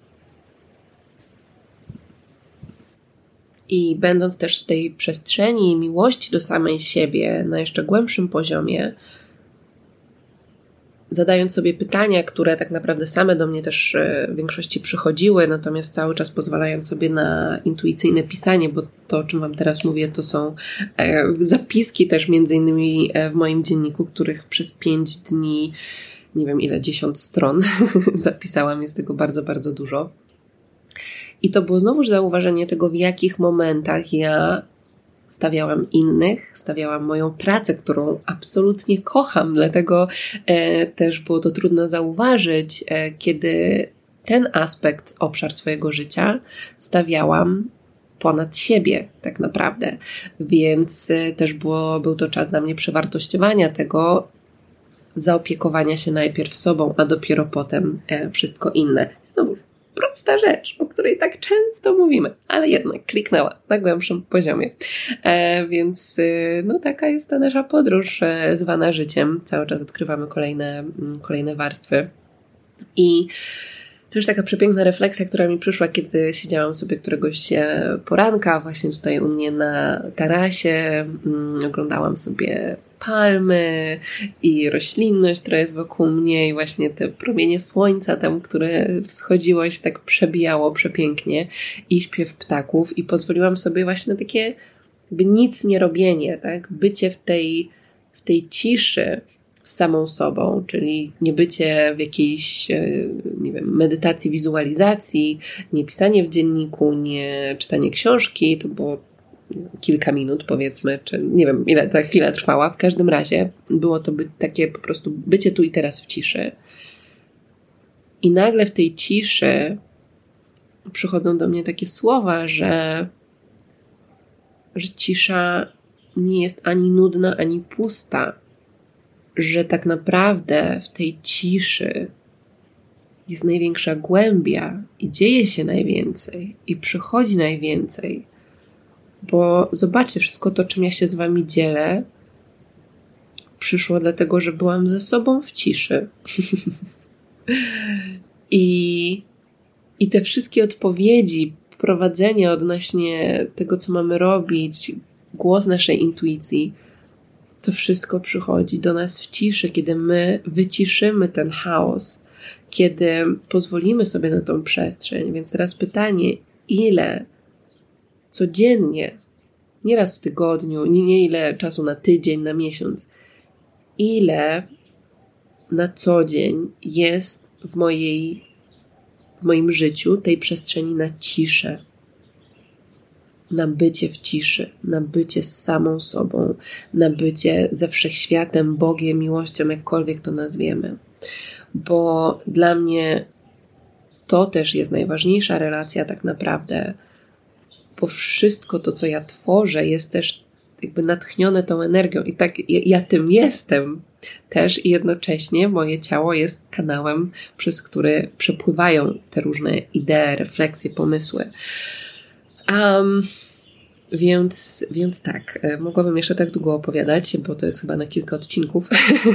I będąc też w tej przestrzeni miłości do samej siebie na jeszcze głębszym poziomie, zadając sobie pytania, które tak naprawdę same do mnie też w większości przychodziły, natomiast cały czas pozwalając sobie na intuicyjne pisanie, bo to, o czym Wam teraz mówię, to są zapiski też między innymi w moim dzienniku, których przez pięć dni, nie wiem ile, dziesiąt stron zapisałam, jest tego bardzo, bardzo dużo. I to było znowuż zauważenie tego, w jakich momentach ja stawiałam innych, stawiałam moją pracę, którą absolutnie kocham, dlatego e, też było to trudno zauważyć, e, kiedy ten aspekt, obszar swojego życia stawiałam ponad siebie tak naprawdę, więc e, też było, był to czas dla mnie przewartościowania tego, zaopiekowania się najpierw sobą, a dopiero potem e, wszystko inne. Znowu prosta rzecz, o której tak często mówimy, ale jednak kliknęła na głębszym poziomie. E, więc e, no taka jest ta nasza podróż e, zwana życiem. Cały czas odkrywamy kolejne, kolejne warstwy. I to już taka przepiękna refleksja, która mi przyszła, kiedy siedziałam sobie któregoś poranka właśnie tutaj u mnie na tarasie, mm, oglądałam sobie palmy i roślinność, która jest wokół mnie i właśnie te promienie słońca tam, które wschodziło i się tak przebijało przepięknie i śpiew ptaków i pozwoliłam sobie właśnie na takie jakby nic nie robienie, tak? Bycie w tej, w tej ciszy z samą sobą, czyli nie bycie w jakiejś, nie wiem, medytacji, wizualizacji, nie pisanie w dzienniku, nie czytanie książki, to było kilka minut powiedzmy, czy nie wiem ile ta chwila trwała, w każdym razie było to by, takie po prostu bycie tu i teraz w ciszy. I nagle w tej ciszy przychodzą do mnie takie słowa, że, że cisza nie jest ani nudna, ani pusta, że tak naprawdę w tej ciszy jest największa głębia i dzieje się najwięcej i przychodzi najwięcej. Bo zobaczcie, wszystko to, czym ja się z Wami dzielę, przyszło dlatego, że byłam ze sobą w ciszy. I, I te wszystkie odpowiedzi, prowadzenie odnośnie tego, co mamy robić, głos naszej intuicji, to wszystko przychodzi do nas w ciszy, kiedy my wyciszymy ten chaos, kiedy pozwolimy sobie na tą przestrzeń. Więc teraz pytanie, ile codziennie, nie raz w tygodniu, nie, nie ile czasu na tydzień, na miesiąc, ile na co dzień jest w mojej, w moim życiu tej przestrzeni na ciszę, na bycie w ciszy, na bycie z samą sobą, na bycie ze wszechświatem, Bogiem, miłością, jakkolwiek to nazwiemy. Bo dla mnie to też jest najważniejsza relacja tak naprawdę, bo wszystko to, co ja tworzę, jest też jakby natchnione tą energią i tak ja, ja tym jestem też i jednocześnie moje ciało jest kanałem, przez który przepływają te różne idee, refleksje, pomysły. Um, więc, więc tak, mogłabym jeszcze tak długo opowiadać, bo to jest chyba na kilka odcinków.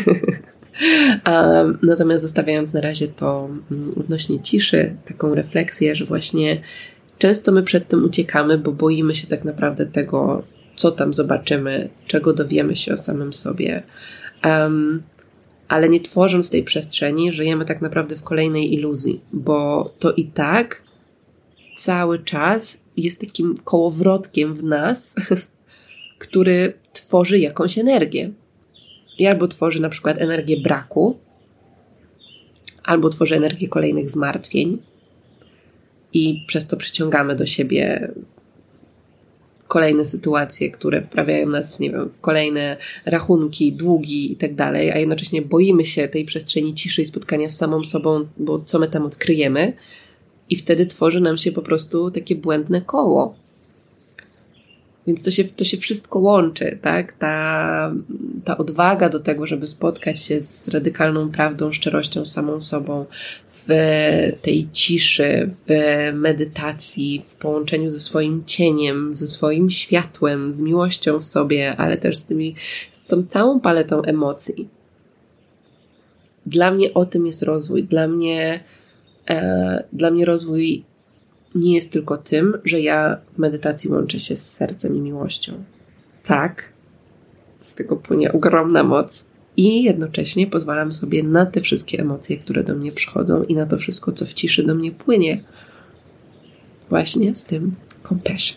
um, natomiast zostawiając na razie to um, odnośnie ciszy, taką refleksję, że właśnie często my przed tym uciekamy, bo boimy się tak naprawdę tego, co tam zobaczymy, czego dowiemy się o samym sobie. Um, ale nie tworząc tej przestrzeni, żyjemy tak naprawdę w kolejnej iluzji, bo to i tak cały czas jest takim kołowrotkiem w nas, który tworzy jakąś energię. I albo tworzy na przykład energię braku, albo tworzy energię kolejnych zmartwień i przez to przyciągamy do siebie kolejne sytuacje, które wprawiają nas, nie wiem, w kolejne rachunki, długi i tak dalej, a jednocześnie boimy się tej przestrzeni ciszy i spotkania z samą sobą, bo co my tam odkryjemy, i wtedy tworzy nam się po prostu takie błędne koło. Więc to się, to się wszystko łączy, tak? Ta, ta odwaga do tego, żeby spotkać się z radykalną prawdą, szczerością, samą sobą, w tej ciszy, w medytacji, w połączeniu ze swoim cieniem, ze swoim światłem, z miłością w sobie, ale też z tymi, z tą całą paletą emocji. Dla mnie o tym jest rozwój. Dla mnie, e, dla mnie rozwój nie jest tylko tym, że ja w medytacji łączę się z sercem i miłością. Tak, z tego płynie ogromna moc, i jednocześnie pozwalam sobie na te wszystkie emocje, które do mnie przychodzą i na to wszystko, co w ciszy do mnie płynie. Właśnie z tym compassion.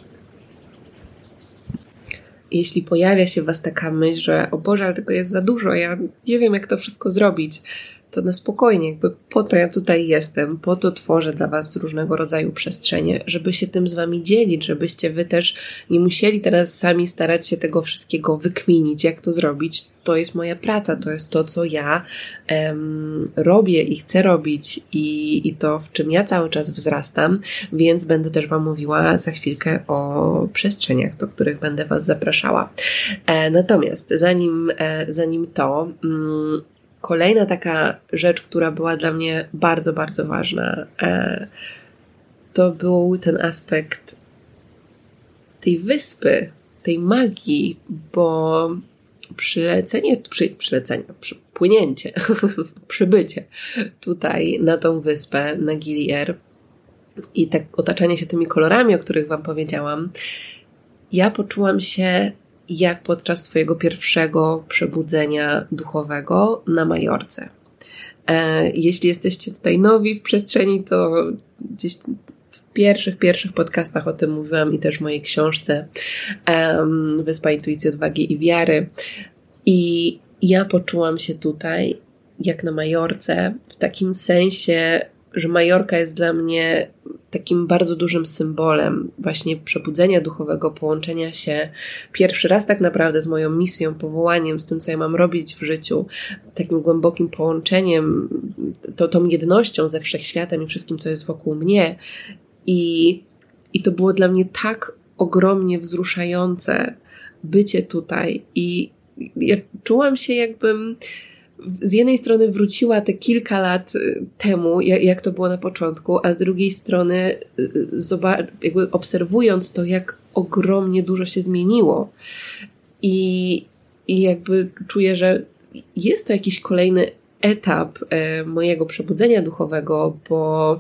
Jeśli pojawia się w Was taka myśl, że o Boże, ale tego jest za dużo, ja nie wiem, jak to wszystko zrobić, to na spokojnie, jakby po to ja tutaj jestem, po to tworzę dla Was różnego rodzaju przestrzenie, żeby się tym z Wami dzielić, żebyście Wy też nie musieli teraz sami starać się tego wszystkiego wykminić, jak to zrobić. To jest moja praca, to jest to, co ja em, robię i chcę robić i, i to, w czym ja cały czas wzrastam, więc będę też Wam mówiła za chwilkę o przestrzeniach, do których będę Was zapraszała. E, natomiast zanim, e, zanim to... Mm, Kolejna taka rzecz, która była dla mnie bardzo, bardzo ważna, to był ten aspekt tej wyspy, tej magii, bo przylecenie, przy, przylecenie, przypłynięcie, przybycie tutaj na tą wyspę, na Gili Air i tak otaczanie się tymi kolorami, o których Wam powiedziałam, ja poczułam się jak podczas swojego pierwszego przebudzenia duchowego na Majorce. E, jeśli jesteście tutaj nowi w przestrzeni, to gdzieś w pierwszych, pierwszych podcastach o tym mówiłam i też w mojej książce um, Wyspa Intuicji, Odwagi i Wiary. I ja poczułam się tutaj jak na Majorce w takim sensie, że Majorka jest dla mnie takim bardzo dużym symbolem właśnie przebudzenia duchowego, połączenia się pierwszy raz tak naprawdę z moją misją, powołaniem, z tym, co ja mam robić w życiu, takim głębokim połączeniem, to, tą jednością ze wszechświatem i wszystkim, co jest wokół mnie. I, i to było dla mnie tak ogromnie wzruszające bycie tutaj i ja czułam się, jakbym z jednej strony wróciła te kilka lat temu, jak, jak to było na początku, a z drugiej strony zobac- jakby obserwując to, jak ogromnie dużo się zmieniło. I, i jakby czuję, że jest to jakiś kolejny etap e, mojego przebudzenia duchowego, bo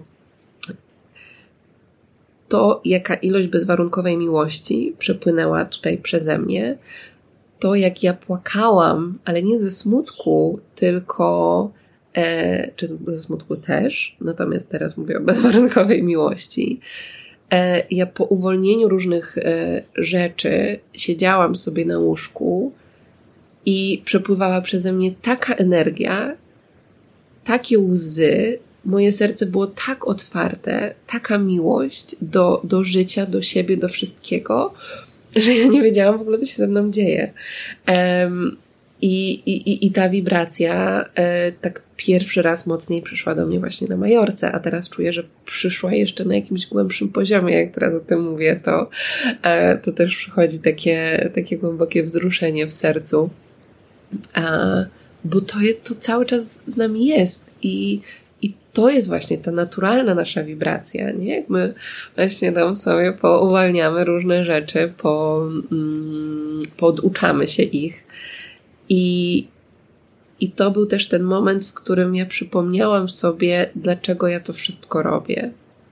to, jaka ilość bezwarunkowej miłości przepłynęła tutaj przeze mnie, to jak ja płakałam, ale nie ze smutku, tylko, e, czy ze smutku też, natomiast teraz mówię o bezwarunkowej miłości. E, ja po uwolnieniu różnych e, rzeczy siedziałam sobie na łóżku i przepływała przeze mnie taka energia, takie łzy, moje serce było tak otwarte, taka miłość do, do życia, do siebie, do wszystkiego, że ja nie wiedziałam w ogóle, co się ze mną dzieje. Um, i, i, I ta wibracja e, tak pierwszy raz mocniej przyszła do mnie właśnie na Majorce, a teraz czuję, że przyszła jeszcze na jakimś głębszym poziomie. Jak teraz o tym mówię, to, e, to też przychodzi takie, takie głębokie wzruszenie w sercu. E, bo to, je, to cały czas z nami jest i I to jest właśnie ta naturalna nasza wibracja, nie? Jak my właśnie tam sobie pouwalniamy różne rzeczy, po, mm, poduczamy się ich. I, I to był też ten moment, w którym ja przypomniałam sobie, dlaczego ja to wszystko robię.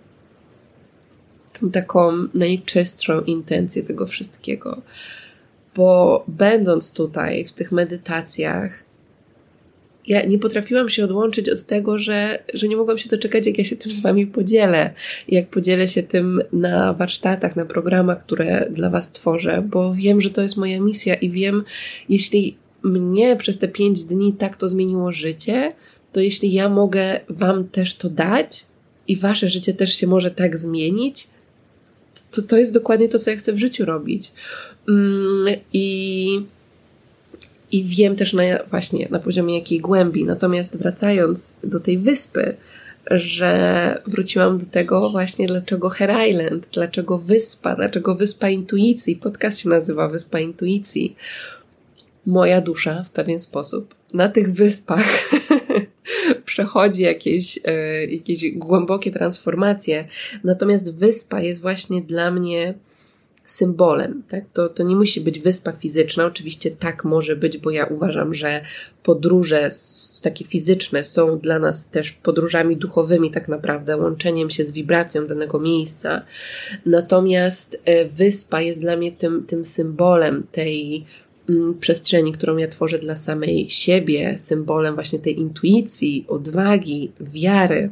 Tą taką najczystszą intencję tego wszystkiego. Bo będąc tutaj w tych medytacjach, ja nie potrafiłam się odłączyć od tego, że, że nie mogłam się doczekać, jak ja się tym z Wami podzielę. Jak podzielę się tym na warsztatach, na programach, które dla Was tworzę, bo wiem, że to jest moja misja i wiem, jeśli mnie przez te pięć dni tak to zmieniło życie, to jeśli ja mogę Wam też to dać i Wasze życie też się może tak zmienić, to to jest dokładnie to, co ja chcę w życiu robić. I... I wiem też na, właśnie na poziomie jakiej głębi. Natomiast wracając do tej wyspy, że wróciłam do tego właśnie, dlaczego Hair Island, dlaczego wyspa, dlaczego Wyspa Intuicji. Podcast się nazywa Wyspa Intuicji. Moja dusza w pewien sposób na tych wyspach przechodzi jakieś, e, jakieś głębokie transformacje. Natomiast wyspa jest właśnie dla mnie symbolem, tak? To, to nie musi być wyspa fizyczna, oczywiście tak może być, bo ja uważam, że podróże takie fizyczne są dla nas też podróżami duchowymi tak naprawdę, łączeniem się z wibracją danego miejsca. Natomiast wyspa jest dla mnie tym, tym symbolem tej, przestrzeni, którą ja tworzę dla samej siebie, symbolem właśnie tej intuicji, odwagi, wiary.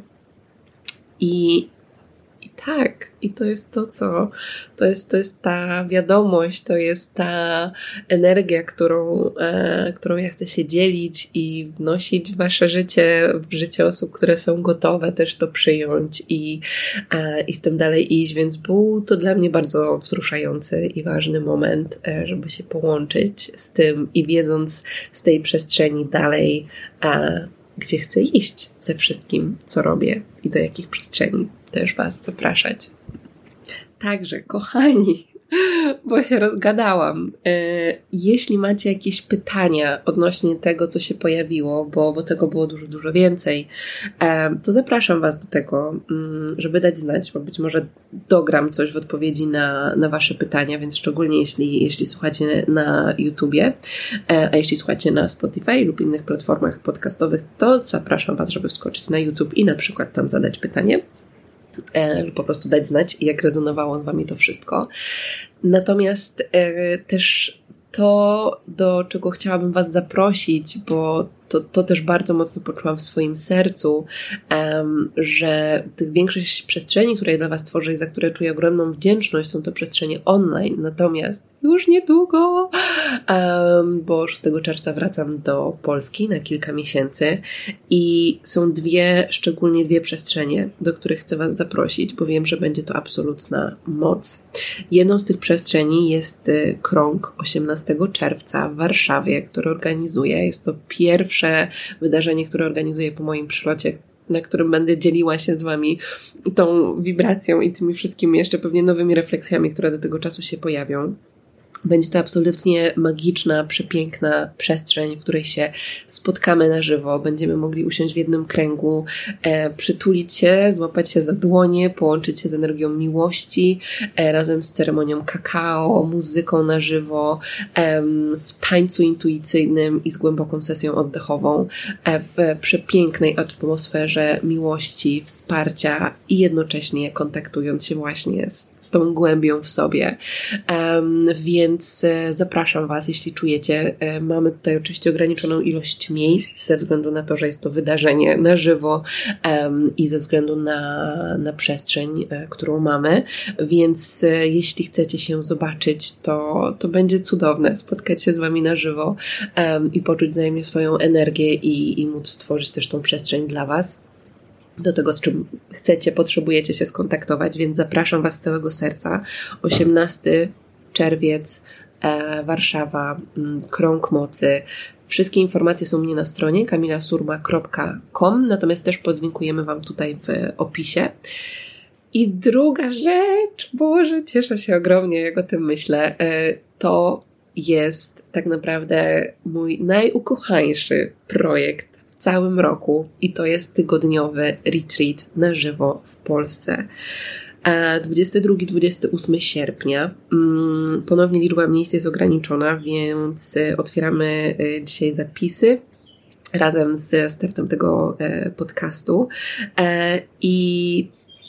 I I tak, i to jest to, co, to jest, to jest ta wiadomość, to jest ta energia, którą, e, którą ja chcę się dzielić i wnosić w wasze życie, w życie osób, które są gotowe też to przyjąć i, e, i z tym dalej iść, więc był to dla mnie bardzo wzruszający i ważny moment, e, żeby się połączyć z tym i wiedząc z tej przestrzeni dalej, e, gdzie chcę iść ze wszystkim, co robię i do jakich przestrzeni też was zapraszać. Także, kochani, bo się rozgadałam. Jeśli macie jakieś pytania odnośnie tego, co się pojawiło, bo, bo tego było dużo, dużo więcej, to zapraszam was do tego, żeby dać znać, bo być może dogram coś w odpowiedzi na, na wasze pytania, więc szczególnie jeśli, jeśli słuchacie na YouTubie, a jeśli słuchacie na Spotify lub innych platformach podcastowych, to zapraszam was, żeby wskoczyć na YouTube i na przykład tam zadać pytanie. Lub po prostu dać znać, jak rezonowało z wami to wszystko. Natomiast e, też to, do czego chciałabym was zaprosić, bo to, to też bardzo mocno poczułam w swoim sercu, um, że tych większość przestrzeni, które ja dla was tworzę i za które czuję ogromną wdzięczność, są to przestrzenie online. Natomiast już niedługo, um, bo szóstego czerwca wracam do Polski na kilka miesięcy i są dwie, szczególnie dwie przestrzenie, do których chcę was zaprosić, bo wiem, że będzie to absolutna moc. Jedną z tych przestrzeni jest y, krąg osiemnastego czerwca w Warszawie, który organizuję. Jest to pierwsze wydarzenie, które organizuję po moim przylocie, na którym będę dzieliła się z wami tą wibracją i tymi wszystkimi jeszcze pewnie nowymi refleksjami, które do tego czasu się pojawią. Będzie to absolutnie magiczna, przepiękna przestrzeń, w której się spotkamy na żywo. Będziemy mogli usiąść w jednym kręgu, e, przytulić się, złapać się za dłonie, połączyć się z energią miłości, e, razem z ceremonią kakao, muzyką na żywo, e, w tańcu intuicyjnym i z głęboką sesją oddechową, e, w przepięknej atmosferze miłości, wsparcia i jednocześnie kontaktując się właśnie z z tą głębią w sobie. Um, więc e, zapraszam was, jeśli czujecie. E, mamy tutaj oczywiście ograniczoną ilość miejsc ze względu na to, że jest to wydarzenie na żywo um, i ze względu na, na przestrzeń, e, którą mamy. Więc e, jeśli chcecie się zobaczyć, to, to będzie cudowne spotkać się z wami na żywo um, i poczuć wzajemnie swoją energię i, i móc stworzyć też tą przestrzeń dla was. Do tego, z czym chcecie, potrzebujecie się skontaktować, więc zapraszam was z całego serca. osiemnasty czerwiec, e, Warszawa, m, Krąg Mocy. Wszystkie informacje są u mnie na stronie kamila surma kropka com, natomiast też podlinkujemy wam tutaj w opisie. I druga rzecz, Boże, cieszę się ogromnie, jak o tym myślę, e, to jest tak naprawdę mój najukochańszy projekt w całym roku i to jest tygodniowy retreat na żywo w Polsce. dwudziestego drugiego do dwudziestego ósmego sierpnia. Ponownie liczba miejsc jest ograniczona, więc otwieramy dzisiaj zapisy razem ze startem tego podcastu i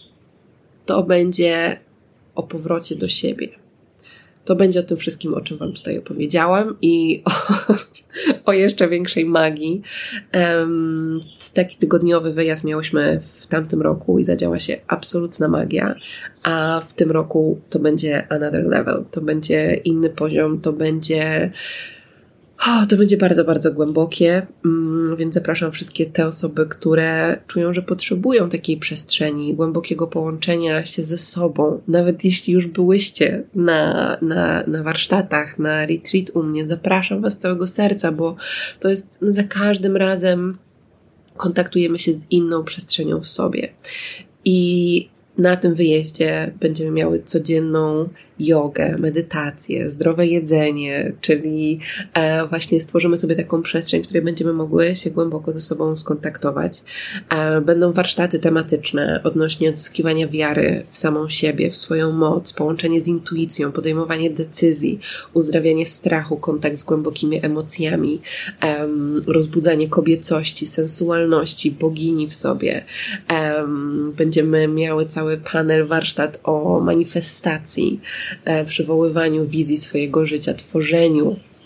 to będzie o powrocie do siebie. To będzie o tym wszystkim, o czym wam tutaj opowiedziałam i o, o jeszcze większej magii. Um, taki tygodniowy wyjazd miałyśmy w tamtym roku i zadziała się absolutna magia, a w tym roku to będzie another level, to będzie inny poziom, to będzie O, to będzie bardzo, bardzo głębokie, więc zapraszam wszystkie te osoby, które czują, że potrzebują takiej przestrzeni, głębokiego połączenia się ze sobą. Nawet jeśli już byłyście na, na, na warsztatach, na retreat u mnie, zapraszam was z całego serca, bo to jest za każdym razem kontaktujemy się z inną przestrzenią w sobie. I na tym wyjeździe będziemy miały codzienną jogę, medytację, zdrowe jedzenie, czyli e, właśnie stworzymy sobie taką przestrzeń, w której będziemy mogły się głęboko ze sobą skontaktować. E, będą warsztaty tematyczne odnośnie odzyskiwania wiary w samą siebie, w swoją moc, połączenie z intuicją, podejmowanie decyzji, uzdrawianie strachu, kontakt z głębokimi emocjami, e, rozbudzanie kobiecości, sensualności, bogini w sobie. E, będziemy miały cały panel, warsztat o manifestacji, przywoływaniu wizji swojego życia, tworzeniu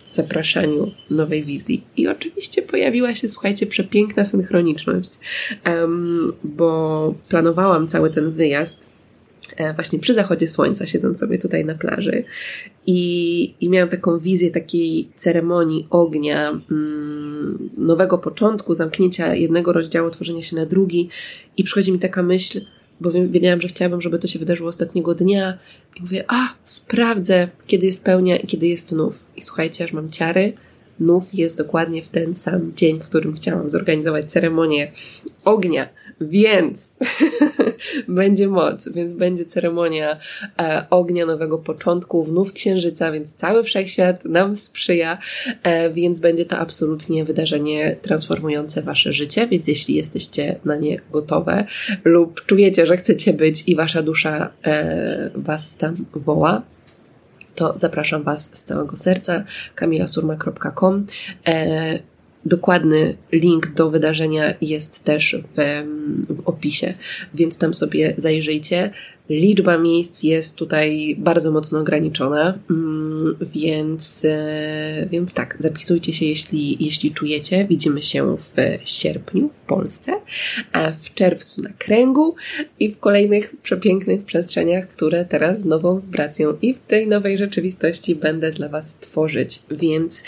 zapraszaniu nowej wizji. I oczywiście pojawiła się, słuchajcie, przepiękna synchroniczność, um, bo planowałam cały ten wyjazd e, właśnie przy zachodzie słońca, siedząc sobie tutaj na plaży i, i miałam taką wizję takiej ceremonii ognia, mm, nowego początku, zamknięcia jednego rozdziału, tworzenia się na drugi i przychodzi mi taka myśl, bo wiedziałam, że chciałabym, żeby to się wydarzyło ostatniego dnia i mówię, a sprawdzę, kiedy jest pełnia i kiedy jest nów. I słuchajcie, aż mam ciary, nów jest dokładnie w ten sam dzień, w którym chciałam zorganizować ceremonię ognia, więc będzie moc, więc będzie ceremonia e, ognia nowego początku, w nów księżyca, więc cały wszechświat nam sprzyja, e, więc będzie to absolutnie wydarzenie transformujące wasze życie, więc jeśli jesteście na nie gotowe lub czujecie, że chcecie być i wasza dusza e, was tam woła, to zapraszam was z całego serca, kamila surma kropka com. E, Dokładny link do wydarzenia jest też w, w opisie, więc tam sobie zajrzyjcie. Liczba miejsc jest tutaj bardzo mocno ograniczona, więc, więc tak, zapisujcie się, jeśli, jeśli czujecie. Widzimy się w sierpniu w Polsce, a w czerwcu na Kręgu i w kolejnych przepięknych przestrzeniach, które teraz z nową wibracją i w tej nowej rzeczywistości będę dla was tworzyć, więc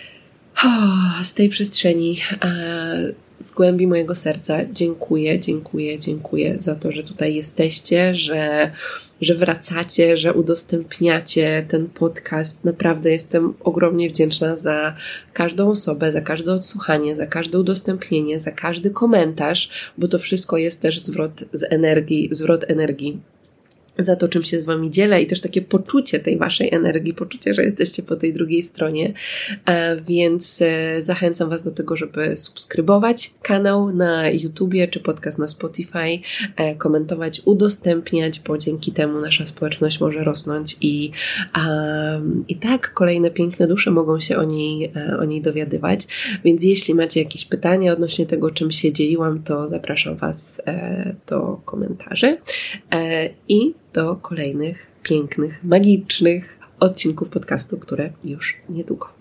Oh, z tej przestrzeni, z głębi mojego serca dziękuję, dziękuję, dziękuję za to, że tutaj jesteście, że, że wracacie, że udostępniacie ten podcast. Naprawdę jestem ogromnie wdzięczna za każdą osobę, za każde odsłuchanie, za każde udostępnienie, za każdy komentarz, bo to wszystko jest też zwrot z energii, zwrot energii. Za to, czym się z wami dzielę i też takie poczucie tej waszej energii, poczucie, że jesteście po tej drugiej stronie, więc zachęcam was do tego, żeby subskrybować kanał na YouTubie czy podcast na Spotify, komentować, udostępniać, bo dzięki temu nasza społeczność może rosnąć i, um, i tak kolejne piękne dusze mogą się o niej, o niej dowiadywać, więc jeśli macie jakieś pytania odnośnie tego, czym się dzieliłam, to zapraszam was do komentarzy i do kolejnych pięknych, magicznych odcinków podcastu, które już niedługo.